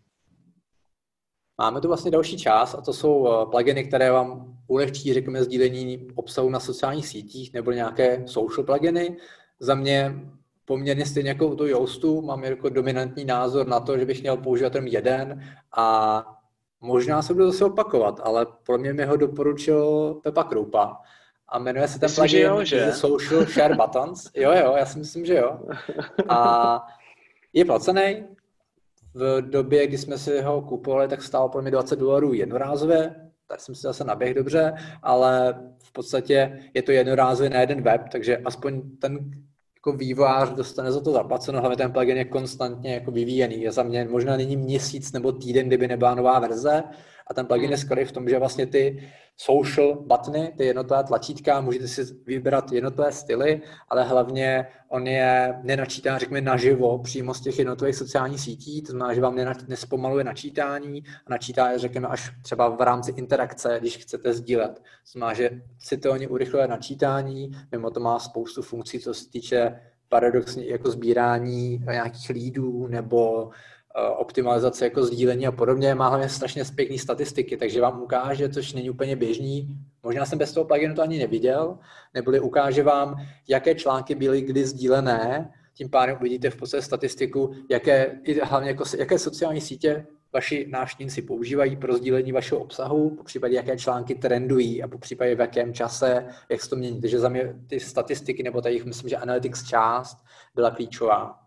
Máme tu vlastně další část a to jsou pluginy, které vám ulehčí, řekněme, sdílení obsahu na sociálních sítích nebo nějaké social pluginy. Za mě poměrně stejně jako u toho Yoastu mám jako dominantní názor na to, že bych měl používat ten jeden a možná se budu zase opakovat, ale pro mě mi ho doporučil Pepa Kroupa a jmenuje se ten plugin Social Share Buttons. Jo, já si myslím, že jo. A je placený. V době, kdy jsme si ho kupovali, tak stál pro mě $20 jednorázové, tak jsem si zase naběhl dobře, ale v podstatě je to jednorázově na jeden web, takže aspoň ten jako vývojář dostane za to zaplaceno, hlavně ten plugin je konstantně jako vyvíjený. Je za mě možná není měsíc nebo týden, kdyby nebyla nová verze a ten plugin je skvělý v tom, že vlastně ty social buttony, ty jednotlivé tlačítka, můžete si vybrat jednotlivé styly, ale hlavně on je nenačítá, řekněme, naživo přímo z těch jednotlivých sociálních sítí, to znamená, že vám nespomaluje načítání a načítá je, řekněme, až třeba v rámci interakce, když chcete sdílet. To znamená, že citelně urychluje načítání, mimo to má spoustu funkcí, co se týče paradoxně jako sbírání nějakých leadů nebo optimalizace jako sdílení a podobně, má hlavně strašně pěkný statistiky, takže vám ukáže, což není úplně běžný. Možná jsem bez toho pluginu to ani neviděl, neboli ukáže vám, jaké články byly kdy sdílené, tím pádem uvidíte v podstatě statistiku, jaké sociální sítě vaši návštěvníci používají pro sdílení vašeho obsahu, popřípadě jaké články trendují a popřípadě v jakém čase, jak se to mění. Takže za mě ty statistiky, nebo tady myslím, že analytics část byla klíčová.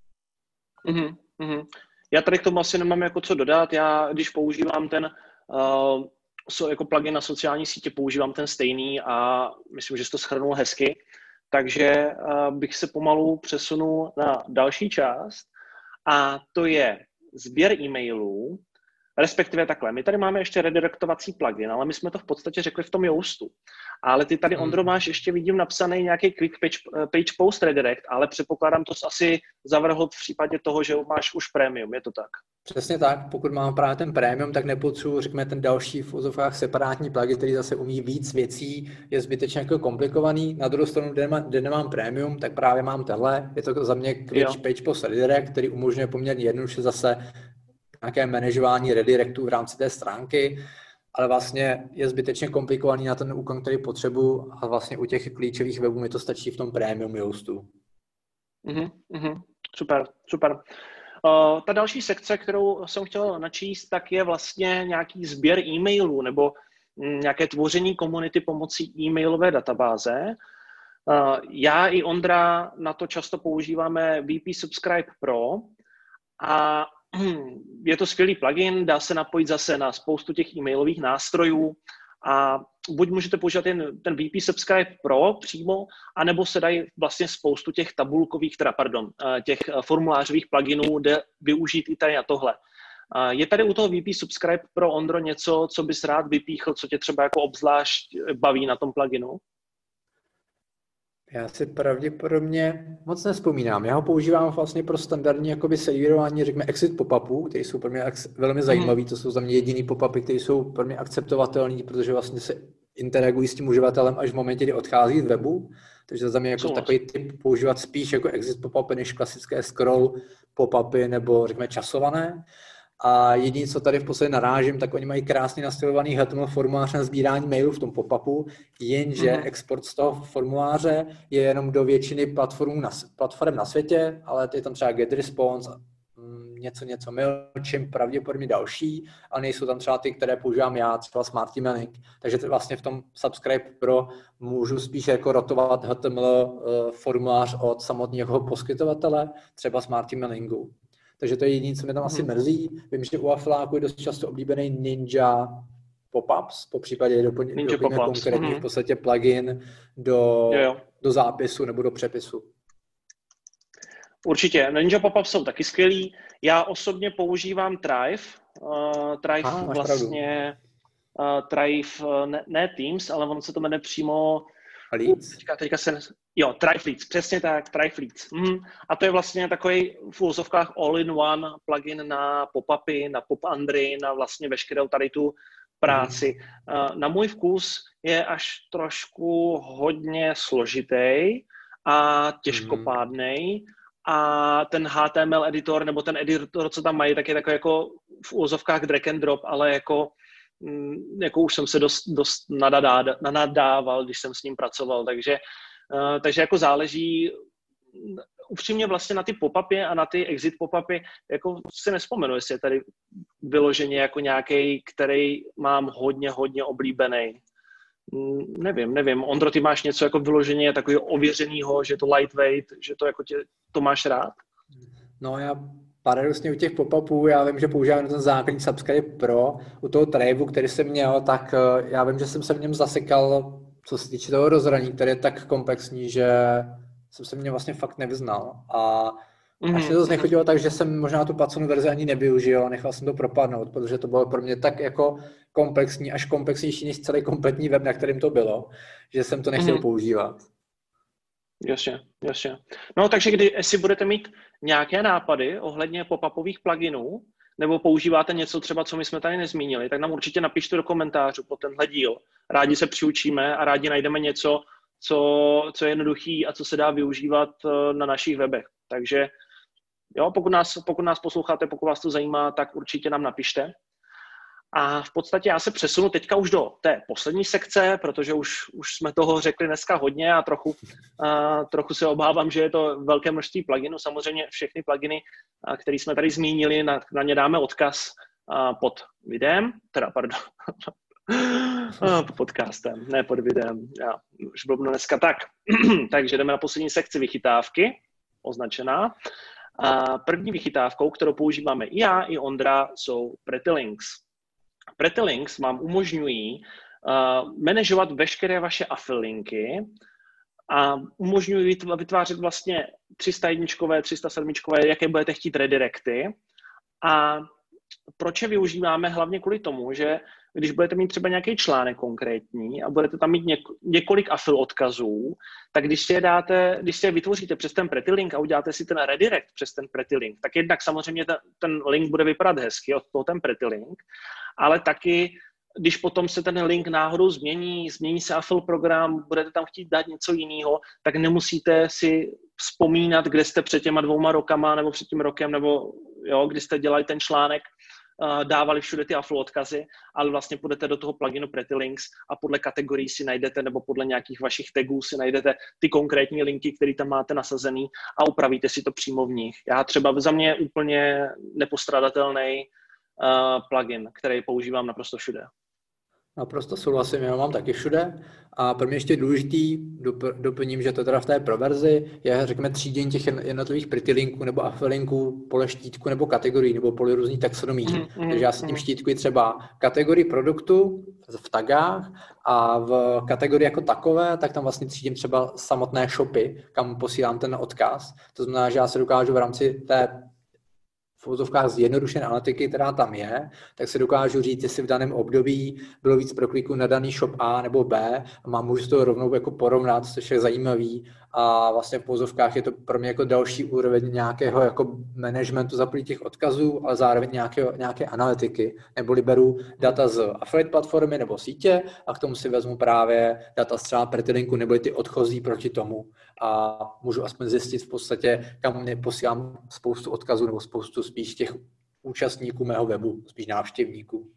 Já tady k tomu asi nemám jako co dodat. Já, když používám ten jako plugin na sociální sítě, používám ten stejný a myslím, že jsi to shrnul hezky. Takže bych se pomalu přesunul na další část a to je sběr e-mailů, respektive takhle. My tady máme ještě redirektovací plugin, ale my jsme to v podstatě řekli v tom Yoastu. Ale ty tady, Ondro, máš ještě, vidím, napsaný nějaký quick page post redirect, ale předpokládám, to asi zavrhl v případě toho, že máš už premium, je to tak? Přesně tak, pokud mám právě ten premium, tak nepotřebuji, řekněme, ten další v úzovkách separátní plugin, který zase umí víc věcí, je zbytečně jako komplikovaný. Na druhou stranu, kde nemám premium, tak právě mám tohle. Je to za mě quick page post redirect, který umožňuje poměrně jednoduše zase nějaké manažování redirectů v rámci té stránky, ale vlastně je zbytečně komplikovaný na ten úkon, který potřebuji a vlastně u těch klíčových webů mi to stačí v tom premium Yoastu. Super. Ta další sekce, kterou jsem chtěl načíst, tak je vlastně nějaký sběr e-mailů nebo nějaké tvoření komunity pomocí e-mailové databáze. Já i Ondra na to často používáme VP Subscribe Pro a je to skvělý plugin, dá se napojit zase na spoustu těch e-mailových nástrojů a buď můžete používat ten VP Subscribe Pro přímo, anebo se dají vlastně spoustu těch tabulkových, těch formulářových pluginů, jde využít i tady na tohle. Je tady u toho VP Subscribe pro Ondro něco, co bys rád vypíchl, co tě třeba jako obzvlášť baví na tom pluginu? Já si pravděpodobně moc nevzpomínám. Já ho používám vlastně pro standardní jakoby servírování, řekněme, exit pop-upů, které jsou pro mě velmi zajímavý. To jsou za mě jediný pop-upy, které jsou pro mě akceptovatelné, protože vlastně se interagují s tím uživatelem až v momentě, kdy odchází z webu. Takže za mě jako takový typ používat spíš jako exit pop-upy, než klasické scroll pop-upy nebo řekněme časované. A jediné, co tady v podstatě narážím, tak oni mají krásně nastavovaný HTML formulář na sbírání mailů v tom pop-upu, jenže export z toho formuláře je jenom do většiny platform na světě, ale je tam třeba GetResponse, něco MailChimp, pravděpodobně další, ale nejsou tam třeba ty, které používám já, třeba Smart Emailing. Takže vlastně v tom Subscribe Pro můžu spíš jako rotovat HTML formulář od samotného poskytovatele, třeba Smart Emailingu. Takže to je jediné, co mě tam asi mrzí. Vím, že u Afiláku je dost často oblíbený Ninja Pop-ups, po případě doplňuje konkrétně v podstatě plugin do zápisu nebo do přepisu. Určitě. Ninja Pop-ups jsou taky skvělý. Já osobně používám Thrive. Vlastně Thrive, ne Teams, ale on se to jmenuje přímo Teďka Thrive Leads, přesně tak, Thrive Leads. A to je vlastně takový v úvozovkách all-in-one plugin na pop-upy, na pop-andry, na vlastně veškerou tady tu práci. Na můj vkus je až trošku hodně složitý a těžkopádnej a ten HTML editor nebo ten editor, co tam mají, tak je takový jako v úvozovkách drag and drop, ale jako už jsem se dost nadával, když jsem s ním pracoval, takže jako záleží upřímně vlastně na ty pop-upy a na ty exit pop-upy, jako si nespomenu, jestli je tady vyloženě jako nějaký, který mám hodně oblíbený. Nevím. Ondro, ty máš něco jako vyloženě takového ověřenýho, že je to lightweight, že to jako to máš rád? No já paradoxně u těch pop-upů, já vím, že používám ten základní Subscribe Pro, u toho Thriveu, který jsem měl, tak já vím, že jsem se v něm zasekal, co se týče toho rozhraní, který je tak komplexní, že jsem se v něm vlastně fakt nevyznal. A až se to nechodilo tak, že jsem možná tu placenou verzi ani nevyužil a nechal jsem to propadnout, protože to bylo pro mě tak jako komplexní, až komplexnější než celý kompletní web, na kterým to bylo, že jsem to nechtěl používat. Jasně. No, takže jestli budete mít nějaké nápady ohledně pop-upových pluginů, nebo používáte něco třeba, co my jsme tady nezmínili, tak nám určitě napište do komentářů po tenhle díl. Rádi se přiučíme a rádi najdeme něco, co je jednoduchý a co se dá využívat na našich webech. Takže jo, pokud nás posloucháte, pokud vás to zajímá, tak určitě nám napište. A v podstatě já se přesunu teďka už do té poslední sekce, protože už jsme toho řekli dneska hodně a trochu se obávám, že je to velké množství pluginů. Samozřejmě všechny pluginy, které jsme tady zmínili, na ně dáme odkaz pod videem, pod podcastem, ne pod videem. Já už blbnu dneska tak. Takže jdeme na poslední sekci vychytávky, označená. A první vychytávkou, kterou používáme i já, i Ondra, jsou Pretty Links. Pretty Links vám umožňují manažovat veškeré vaše affinlinky a umožňují vytvářet vlastně 301, 307, jaké budete chtít redirecty. A proč je využíváme? Hlavně kvůli tomu, že když budete mít třeba nějaký článek konkrétní a budete tam mít několik affil odkazů, tak když si je vytvoříte přes ten Pretty Link a uděláte si ten redirect přes ten Pretty Link, tak jednak samozřejmě ten link bude vypadat hezky od toho ten Pretty Link, ale taky, když potom se ten link náhodou změní se affil program, budete tam chtít dát něco jiného, tak nemusíte si vzpomínat, kde jste před těma 2 rokama nebo před tím rokem, nebo jo, kdy jste dělali ten článek, dávali všude ty affil odkazy, ale vlastně půjdete do toho pluginu Pretty Links a podle kategorií si najdete, nebo podle nějakých vašich tagů si najdete ty konkrétní linky, které tam máte nasazený a upravíte si to přímo v nich. Já třeba za mě úplně nepostradatelný plugin, který používám naprosto všude. Naprosto souhlasím, já mám taky všude. A pro mě ještě důležitý, doplním, že to teda v té proverzi je, řekněme, třídění těch jednotlivých pretty linků nebo affilinků podle štítku nebo kategorií nebo podle různých taxonomí. Takže já si tím štítkuji třeba kategorii produktu v tagach a v kategorii jako takové, tak tam vlastně třídím třeba samotné shopy, kam posílám ten odkaz. To znamená, že já se dokážu v rámci té v uvozovkách zjednodušené analytiky, která tam je, tak se dokážu říct, jestli v daném období bylo víc prokliků na daný shop A nebo B a můžu to rovnou jako porovnat, což je zajímavý a vlastně v uvozovkách je to pro mě jako další úroveň nějakého jako managementu zaplý těch odkazů, ale zároveň nějaké analytiky, neboli beru data z affiliate platformy nebo sítě a k tomu si vezmu právě data z třeba Pretylinku nebo ty odchozí proti tomu a můžu aspoň zjistit v podstatě, kam mě posílám spoustu odkazů nebo spoustu spíš těch účastníků mého webu, spíš návštěvníků.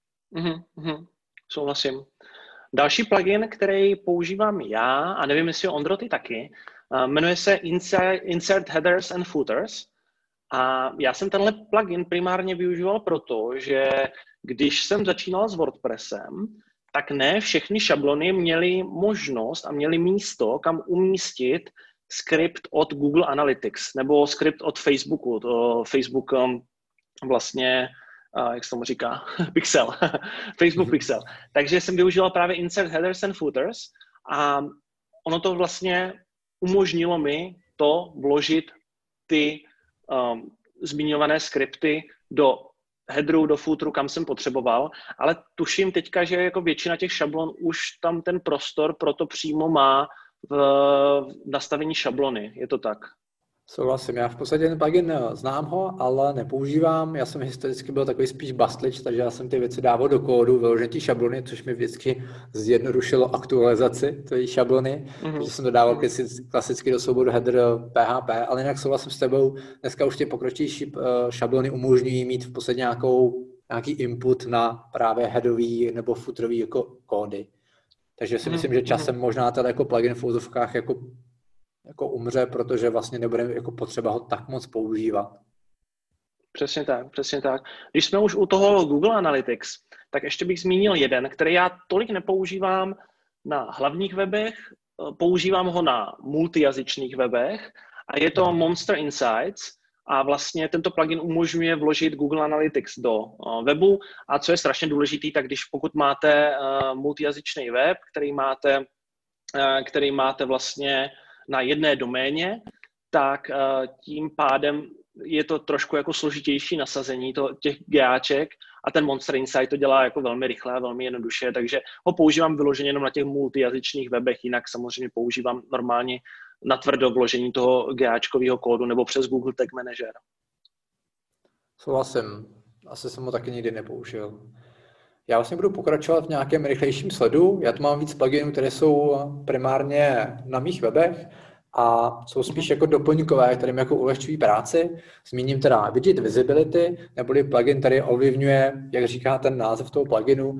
Souhlasím. Další plugin, který používám já, a nevím, jestli Ondro ty taky, jmenuje se Insert Headers and Footers. A já jsem tenhle plugin primárně využíval proto, že když jsem začínal s WordPressem, tak ne všechny šablony měly možnost a měly místo, kam umístit skript od Google Analytics nebo skript od Facebooku. Facebook vlastně, jak se tomu říká, Pixel, Facebook Pixel. Takže jsem využíval právě Insert Headers and Footers a ono to vlastně umožnilo mi to vložit ty zmiňované skripty do headeru, do footeru, kam jsem potřeboval, ale tuším teďka, že jako většina těch šablon už tam ten prostor pro to přímo má v nastavení šablony. Je to tak? Souhlasím, já v podstatě ten plugin znám ho, ale nepoužívám. Já jsem historicky byl takový spíš bastlič, takže já jsem ty věci dával do kódu, vyloženě ty šablony, což mi vždycky zjednodušilo aktualizaci té šablony, takže jsem dodával klasicky do souboru header PHP, ale jinak souhlasím s tebou, dneska už ty pokročilejší šablony umožňují mít v podstatě nějaký input na právě headový nebo footerový jako kódy. Takže si myslím, že časem možná ten jako plugin v úzovkách jako umře, protože vlastně nebude jako potřeba ho tak moc používat. Přesně tak, přesně tak. Když jsme už u toho Google Analytics, tak ještě bych zmínil jeden, který já tolik nepoužívám na hlavních webech, používám ho na multijazyčných webech a je to Monster Insights a vlastně tento plugin umožňuje vložit Google Analytics do webu a co je strašně důležitý, tak když pokud máte multijazyčný web, který máte vlastně na jedné doméně, tak tím pádem je to trošku jako složitější nasazení těch GAček a ten Monster Insight to dělá jako velmi rychle a velmi jednoduše, takže ho používám vyloženě jenom na těch multijazyčných webech, jinak samozřejmě používám normálně natvrdo vložení toho GAčkového kódu nebo přes Google Tag Manager. Souhlasím, asi jsem ho taky nikdy nepoužil. Já vlastně budu pokračovat v nějakém rychlejším sledu. Já tu mám víc pluginů, které jsou primárně na mých webech a jsou spíš jako doplňkové, které mi jako ulehčují práci. Zmíním teda Widget Visibility, neboli plugin, který ovlivňuje, jak říká ten název toho pluginu,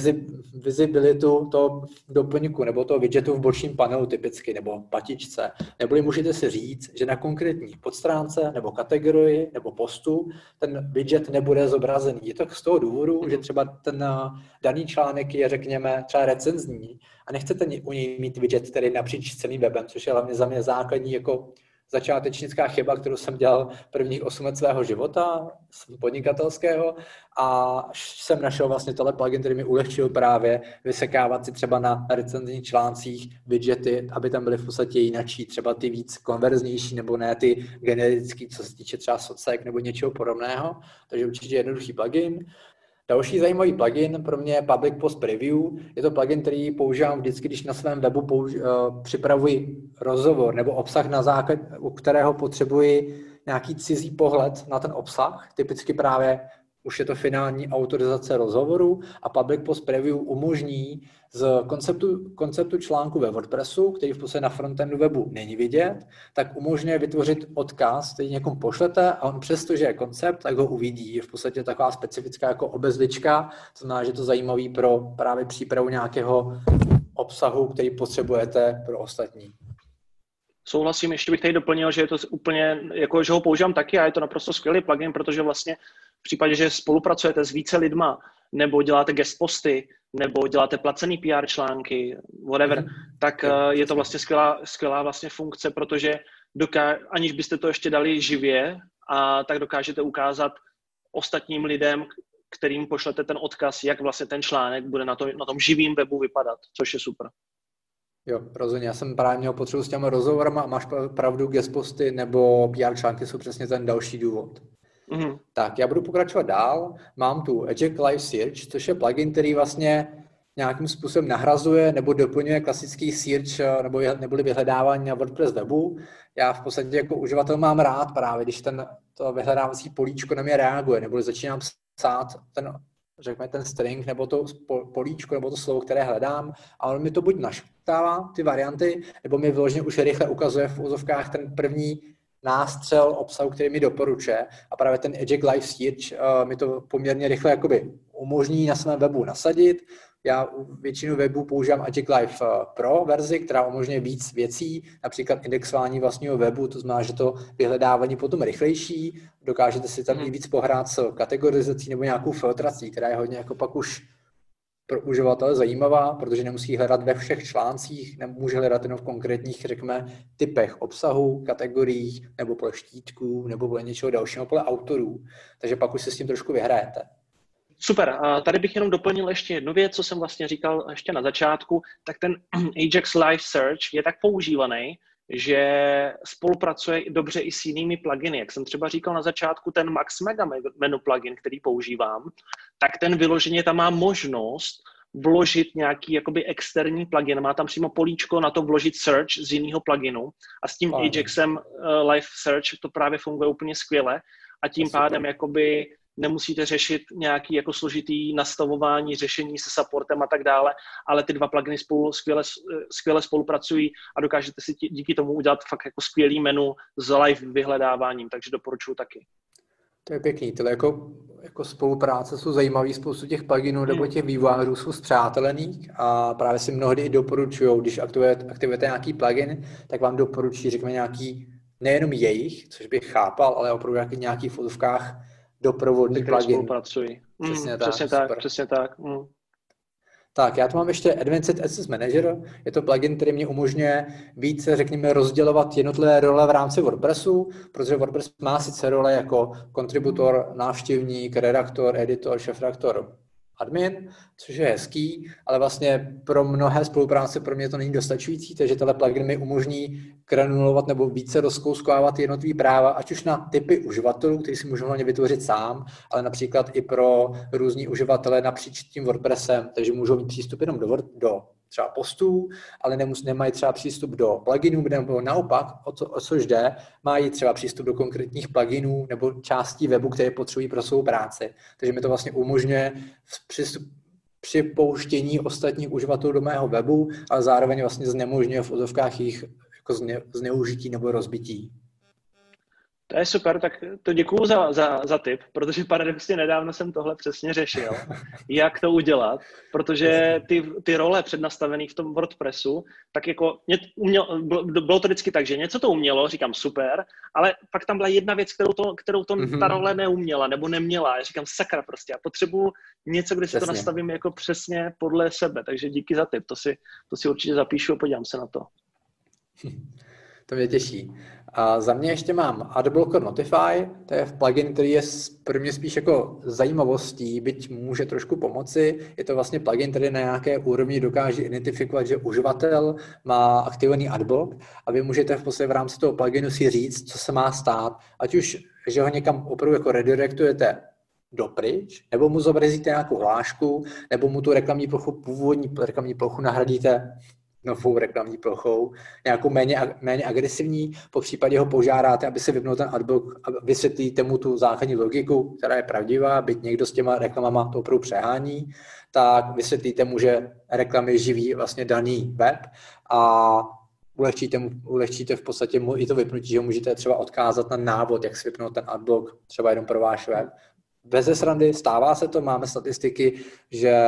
visibilitu toho doplňku nebo toho widgetu v bočním panelu typicky, nebo patičce. Neboli můžete si říct, že na konkrétní podstránce nebo kategorii nebo postu ten widget nebude zobrazený. Je to z toho důvodu, že třeba ten daný článek je, řekněme, třeba recenzní a nechcete u něj mít widget, který je napříč celým webem, což je hlavně za mě základní jako začátečnická chyba, kterou jsem dělal prvních 8 let svého života, podnikatelského, a jsem našel vlastně tohle plugin, který mi ulehčil právě vysekávat si třeba na recenzních článcích widgety, aby tam byly v podstatě jinačí, třeba ty víc konverznější, nebo ne ty generický, co se týče třeba socek nebo něčeho podobného, takže určitě jednoduchý plugin. Další zajímavý plugin pro mě je Public Post Preview. Je to plugin, který používám vždycky, když na svém webu připravuji rozhovor nebo obsah, u kterého potřebuji nějaký cizí pohled na ten obsah. Typicky právě už je to finální autorizace rozhovoru a Public Post Preview umožní z konceptu článku ve WordPressu, který v podstatě na frontendu webu není vidět, tak umožňuje vytvořit odkaz, který někomu pošlete a on přestože je koncept, tak ho uvidí. Je v podstatě taková specifická jako obezlička, to znamená, že je to zajímavý pro právě přípravu nějakého obsahu, který potřebujete pro ostatní. Souhlasím, ještě bych tady doplnil, že je to úplně, jako, že ho používám taky a je to naprosto skvělý plugin, protože vlastně v případě, že spolupracujete s více lidma, nebo děláte guest posty, nebo děláte placený PR články, whatever, tak je to vlastně skvělá vlastně funkce, protože aniž byste to ještě dali živě, tak dokážete ukázat ostatním lidem, kterým pošlete ten odkaz, jak vlastně ten článek bude na tom živým webu vypadat, což je super. Jo, rozhodně. Já jsem právě měl potřebu s těmi rozhovorama a máš pravdu, guest posty nebo PR články jsou přesně ten další důvod. Tak já budu pokračovat dál. Mám tu Eject Live Search, což je plugin, který vlastně nějakým způsobem nahrazuje nebo doplňuje klasický search neboli vyhledávání na WordPress webu. Já v podstatě jako uživatel mám rád právě, když to vyhledávací políčko na mě reaguje, nebo začínám psát ten string nebo to políčko nebo to slovo, které hledám, a on mi to buď našptává ty varianty, nebo mi vyloženě už rychle ukazuje v úzovkách ten první nástřel obsahu, který mi doporučuje. A právě ten Eject Live Search mi to poměrně rychle jakoby umožní na svém webu nasadit. Já většinu webů používám Eject Live Pro verzi, která umožňuje víc věcí, například indexování vlastního webu, to znamená, že to vyhledávání potom rychlejší, dokážete si tam i víc pohrát s kategorizací nebo nějakou filtrací, která je hodně jako pak už pro uživatele zajímavá, protože nemusí hledat ve všech článcích, nemůže hledat jenom v konkrétních, řekněme, typech obsahu, kategoriích, nebo podle štítků, nebo podle něčeho dalšího, podle autorů. Takže pak už se s tím trošku vyhrajete. Super. A tady bych jenom doplnil ještě jednu věc, co jsem vlastně říkal ještě na začátku, tak ten Ajax Live Search je tak používaný, že spolupracuje dobře i s jinými pluginy. Jak jsem třeba říkal na začátku, ten Max Mega Menu plugin, který používám, tak ten vyloženě tam má možnost vložit nějaký jakoby externí plugin. Má tam přímo políčko na to vložit search z jiného pluginu a s tím Ajaxem Live Search to právě funguje úplně skvěle a tím pádem jakoby nemusíte řešit nějaký jako složitý nastavování, řešení se supportem a tak dále, ale ty dva pluginy spolu skvěle spolupracují a dokážete si díky tomu udělat fakt jako skvělý menu s live vyhledáváním, takže doporučuji taky. To je pěkný, tyhle jako spolupráce jsou zajímavý, spoustu těch pluginů nebo těch vývojářů jsou spřátelených a právě si mnohdy i doporučují, když aktivujete nějaký plugin, tak vám doporučí, řekněme, nějaký, nejenom jejich, což bych chápal, ale opravdu nějaký v fotovkách doprovodný plugin. Spolupracují. Přesně tak. Tak, já tu mám ještě Advanced Access Manager. Je to plugin, který mě umožňuje více, řekněme, rozdělovat jednotlivé role v rámci WordPressu, protože WordPress má sice role jako kontributor, návštěvník, redaktor, editor, šéfredaktor, admin, což je hezký, ale vlastně pro mnohé spolupráce pro mě to není dostačující, takže tenhle plugin mi umožní granulovat nebo více rozkouskovávat jednotlivý práva, ať už na typy uživatelů, který si můžu hlavně vytvořit sám, ale například i pro různý uživatele napříč tím WordPressem, takže můžou mít přístup jenom do třeba postů, ale nemají třeba přístup do pluginů, nebo naopak, o což jde, mají třeba přístup do konkrétních pluginů nebo částí webu, které potřebují pro svou práci. Takže mi to vlastně umožňuje připouštění ostatních uživatelů do mého webu, ale zároveň vlastně znemožňuje v ozovkách jejich jako zneužití nebo rozbití. To je super, tak to děkuju za tip, protože paradoxně nedávno jsem tohle přesně řešil, jak to udělat, protože ty role přednastavené v tom WordPressu, tak jako bylo to vždycky tak, že něco to umělo, říkám super, ale pak tam byla jedna věc, kterou ta role neuměla nebo neměla. Já říkám sakra prostě, já potřebuju něco, kde si to nastavím jako přesně podle sebe, takže díky za tip, to si určitě zapíšu a podívám se na to. To mě těší. A za mě ještě mám Adblocker Notify, to je plugin, který je pro mě spíš jako zajímavostí, byť může trošku pomoci. Je to vlastně plugin, který na nějaké úrovni dokáže identifikovat, že uživatel má aktivovaný adblock a vy můžete v podstatě v rámci toho pluginu si říct, co se má stát, ať už, že ho někam opravdu jako redirectujete dopryč, nebo mu zobrazíte nějakou hlášku, nebo mu tu původní reklamní plochu nahradíte novou reklamní plochou, nějakou méně agresivní, po případě ho požádáte, aby se vypnul ten adblock a vysvětlíte mu tu základní logiku, která je pravdivá, byť někdo s těma reklamama to opravdu přehání, tak vysvětlíte mu, že reklamy živí vlastně daný web a ulehčíte v podstatě mu i to vypnutí, že můžete třeba odkázat na návod, jak si vypnout ten adblock, třeba jenom pro váš web. Bez srandy, stává se to, máme statistiky, že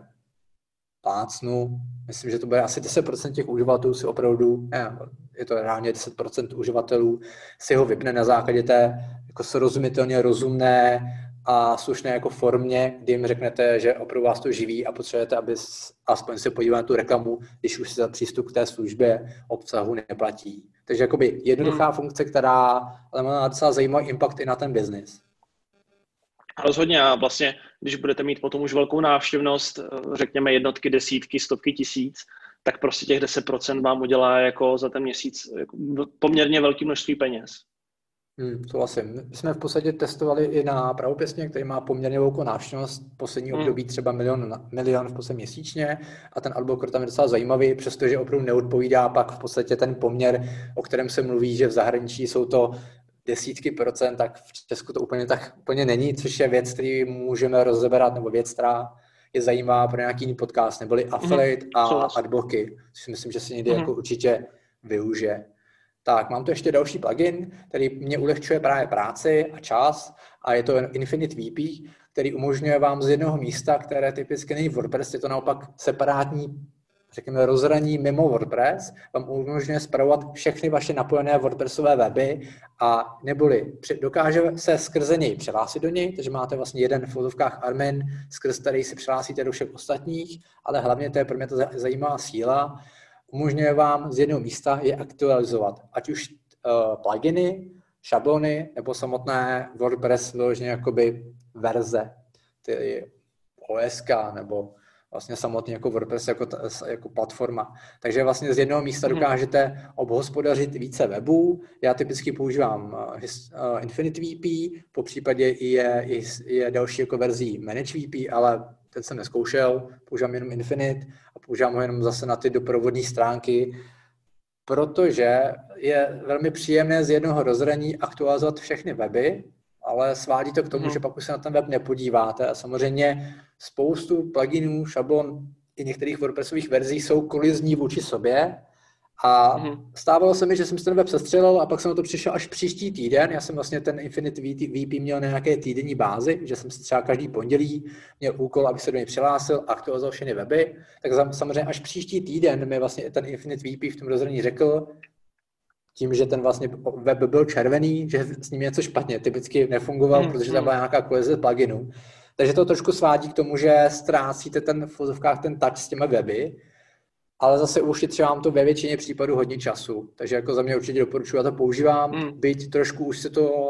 plácnu, myslím, že to bude asi 10% těch uživatelů si opravdu, je to reálně 10% uživatelů, si ho vypne na základě té jako srozumitelně rozumné a slušné jako formě, kdy jim řeknete, že opravdu vás to živí a potřebujete, aby aspoň se podívat na tu reklamu, když už si za přístup k té službě obsahu neplatí. Takže jakoby jednoduchá funkce, která ale má docela zajímavý impact i na ten biznis. Rozhodně a vlastně, když budete mít potom už velkou návštěvnost, řekněme jednotky, desítky, stovky tisíc, tak prostě těch 10% vám udělá jako za ten měsíc jako poměrně velké množství peněz. Souhlasím. My jsme v podstatě testovali i na Pravopěstně, který má poměrně velkou návštěvnost, poslední období třeba milion v podstatě měsíčně, a ten adblocker tam je docela zajímavý, přestože opravdu neodpovídá pak v podstatě ten poměr, o kterém se mluví, že v zahraničí jsou to desítky procent, tak v Česku to úplně není, což je věc, který můžeme rozeberat, nebo věc, která je zajímavá pro nějaký jiný podcast, neboli affiliate a adblocky, což si myslím, že se někdy jako určitě využije. Tak, mám tu ještě další plugin, který mě ulehčuje právě práci a čas, a je to Infinite VP, který umožňuje vám z jednoho místa, které typicky není WordPress, je to naopak separátní, řekněme, rozhraní mimo WordPress, vám umožňuje spravovat všechny vaše napojené WordPressové weby, a neboli dokáže se skrze něj přihlásit do něj, takže máte vlastně jeden v fotovkách admin, skrz který si přihlásíte do všech ostatních, ale hlavně to je pro mě ta zajímavá síla, umožňuje vám z jednoho místa je aktualizovat, ať už pluginy, šablony, nebo samotné WordPress vyloženě jakoby verze, ty OSK, nebo vlastně samotný jako WordPress jako platforma. Takže vlastně z jednoho místa dokážete obhospodařit více webů. Já typicky používám Infinite VP, po případě je další jako verzí Manage VP, ale ten jsem neskoušel, používám jenom Infinite a používám ho jenom zase na ty doprovodné stránky, protože je velmi příjemné z jednoho rozhraní aktualizovat všechny weby, ale svádí to k tomu, že pak už se na ten web nepodíváte, a samozřejmě spoustu pluginů, šablon i některých WordPressových verzí jsou kolizní vůči sobě, a stávalo se mi, že jsem si ten web sestřelil a pak jsem na to přišel až příští týden. Já jsem vlastně ten Infinite VP měl na nějaké týdenní bázi, že jsem si třeba každý pondělí měl úkol, aby se do něj přihlásil, aktualizoval všechny weby. Tak samozřejmě až příští týden mi vlastně ten Infinite VP v tom rozhraní řekl, tím, že ten vlastně web byl červený, že s ním je něco špatně, typicky nefungoval, protože tam byla nějaká kolize pluginu. Takže to trošku svádí k tomu, že ztrácíte v vozovkách ten touch s těmi weby, ale zase ušetří vám to ve většině případů hodně času. Takže jako za mě určitě doporučuji, já to používám, byť trošku už se to,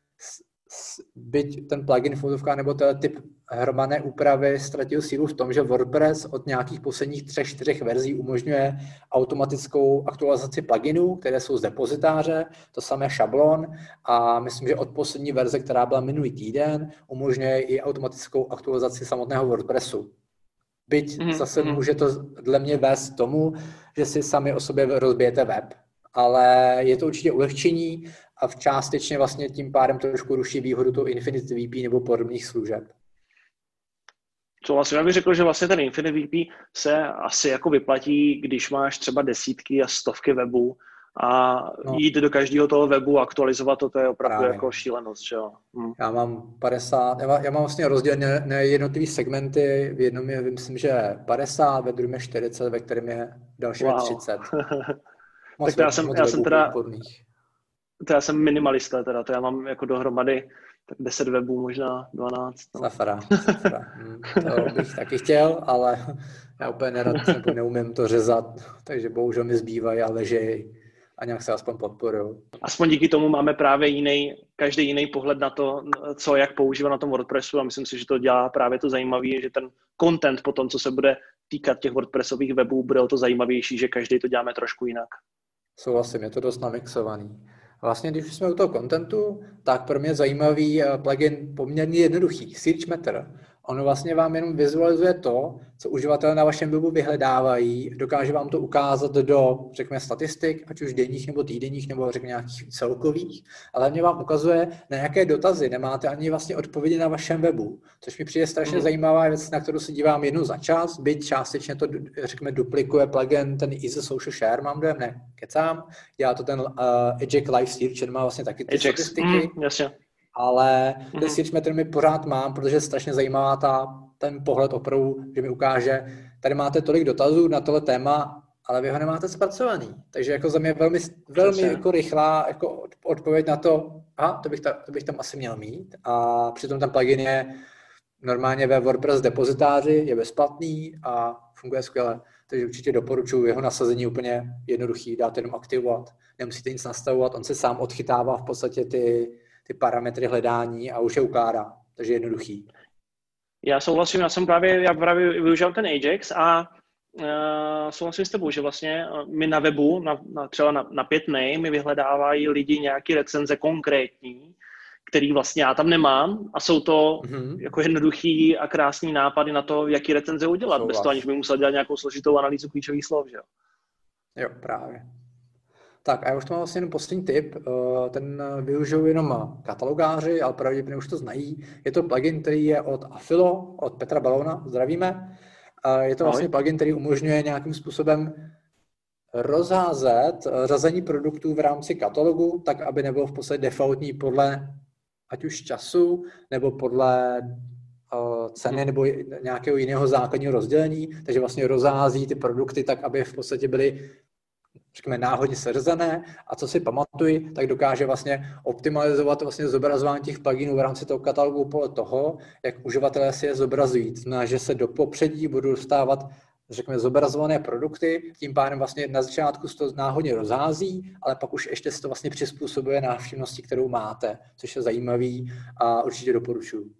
byť ten plugin v vozovkách nebo ten typ hromadné úpravy ztratil sílu v tom, že WordPress od nějakých posledních 3-4 verzí umožňuje automatickou aktualizaci pluginů, které jsou z depozitáře, to samé šablon, a myslím, že od poslední verze, která byla minulý týden, umožňuje i automatickou aktualizaci samotného WordPressu. Byť zase může to dle mě vést tomu, že si sami o sobě rozbijete web, ale je to určitě ulehčení a částečně vlastně tím pádem trošku ruší výhodu toho Infinite VP nebo podobných služeb. Co vlastně já bych řekl, že vlastně ten Infinite VP se asi jako vyplatí, když máš třeba desítky a stovky webů, a jít do každého toho webu a aktualizovat to je opravdu jako šílenost, že jo? Já mám 50, já mám vlastně rozdělené na jednotlivé segmenty, v jednom je, myslím, že 50, ve druhém je 40, ve kterém je další 30. Tak já jsem minimalista teda, to já mám jako dohromady tak 10 webů, možná 12. No. Safra. To bych taky chtěl, ale já úplně nerad nebo neumím to řezat, takže bohužel mi zbývají a ležejí a nějak se aspoň podporují. Aspoň díky tomu máme právě každý jiný pohled na to, co jak používat na tom WordPressu, a myslím si, že to dělá právě to zajímavé, že ten content potom, co se bude týkat těch WordPressových webů, bude o to zajímavější, že každý to děláme trošku jinak. Souhlasím, je to dost namixovaný. Vlastně, když jsme u toho contentu, tak pro mě zajímavý plugin poměrně jednoduchý, Search Matter. On vlastně vám jenom vizualizuje to, co uživatelé na vašem webu vyhledávají, dokáže vám to ukázat do, řekněme, statistik, ať už denních nebo týdenních, nebo řekněme nějakých celkových, ale hlavně vám ukazuje, na jaké dotazy nemáte ani vlastně odpovědi na vašem webu, což mi přijde strašně zajímavá věc, na kterou se dívám jednou za čas, byť částečně to, řekněme, duplikuje plugin, ten Easy Social Share, mám dojem, ne, kecám, dělá to ten Ajax Live Search, má vlastně taky ty statistiky. Jasně. Ale ten Search Matter mi pořád mám, protože je strašně zajímavá ten pohled opravdu, že mi ukáže, tady máte tolik dotazů na tohle téma, ale vy ho nemáte zpracovaný. Takže jako za mě velmi jako rychlá jako odpověď na to, to bych tam asi měl mít. A přitom ten plugin je normálně ve WordPress depozitáři, je bezplatný a funguje skvěle. Takže určitě doporučuji, jeho nasazení úplně jednoduchý, dáte jenom aktivovat, nemusíte nic nastavovat, on se sám odchytává v podstatě ty parametry hledání a už je ukládá, takže jednoduchý. Já souhlasím, já právě využívám ten Ajax a souhlasím s tebou, že vlastně my na webu, třeba na 5nay, mi vyhledávají lidi nějaké recenze konkrétní, který vlastně já tam nemám a jsou to jako jednoduchý a krásný nápady na to, jaký recenze udělat, bez toho, aniž bych musel dělat nějakou složitou analýzu klíčových slov, že jo? Jo, právě. Tak a já už to mám vlastně jenom poslední tip, ten využiju jenom katalogáři, ale pravděpodobně už to znají. Je to plugin, který je od Afilo, od Petra Balona, zdravíme. Je to vlastně plugin, který umožňuje nějakým způsobem rozházet řazení produktů v rámci katalogu, tak aby nebylo v podstatě defaultní podle ať už času, nebo podle ceny, nebo nějakého jiného základního rozdělení, takže vlastně rozhází ty produkty tak, aby v podstatě byly, řekněme, náhodně seřazené a co si pamatuji, tak dokáže vlastně optimalizovat vlastně zobrazování těch pluginů v rámci toho katalogu podle toho, jak uživatelé si je zobrazují. To znamená, že se do popředí budou dostávat, řekněme, zobrazované produkty, tím pádem vlastně na začátku se to náhodně rozhází, ale pak už ještě se to vlastně přizpůsobuje návštěvnosti, kterou máte, což je zajímavý a určitě doporučuji.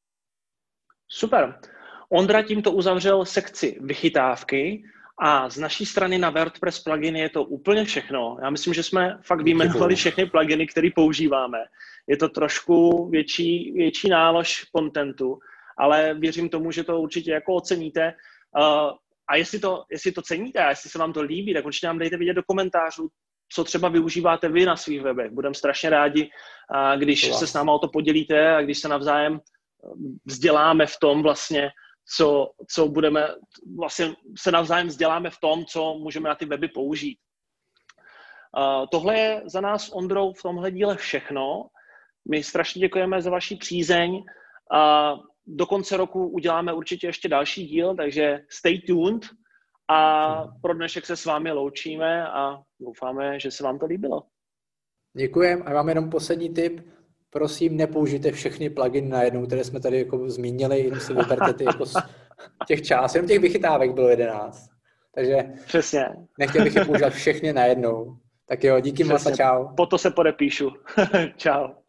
Super. Ondra tímto uzavřel sekci vychytávky a z naší strany na WordPress pluginy je to úplně všechno. Já myslím, že jsme fakt vyjmenovali všechny pluginy, které používáme. Je to trošku větší nálož contentu, ale věřím tomu, že to určitě jako oceníte. A jestli to ceníte a jestli se vám to líbí, tak určitě nám dejte vidět do komentářů, co třeba využíváte vy na svých webech. Budeme strašně rádi, když se s náma o to podělíte a když se navzájem vzděláme v tom vlastně, co budeme, vlastně se navzájem vzděláme v tom, co můžeme na ty weby použít. Tohle je za nás s Ondrou v tomhle díle všechno. My strašně děkujeme za vaši přízeň. Do konce roku uděláme určitě ještě další díl, takže stay tuned a pro dnešek se s vámi loučíme a doufáme, že se vám to líbilo. Děkujeme a mám jenom poslední tip. Prosím, nepoužijte všechny pluginy najednou, které jsme tady jako zmínili, jenom si vyberte ty jako těch částí, jenom těch vychytávek bylo 11. Takže přesně. Nechtěl bych je používat všechny najednou. Tak jo, díky moc a čau. Po to se podepíšu. Čau.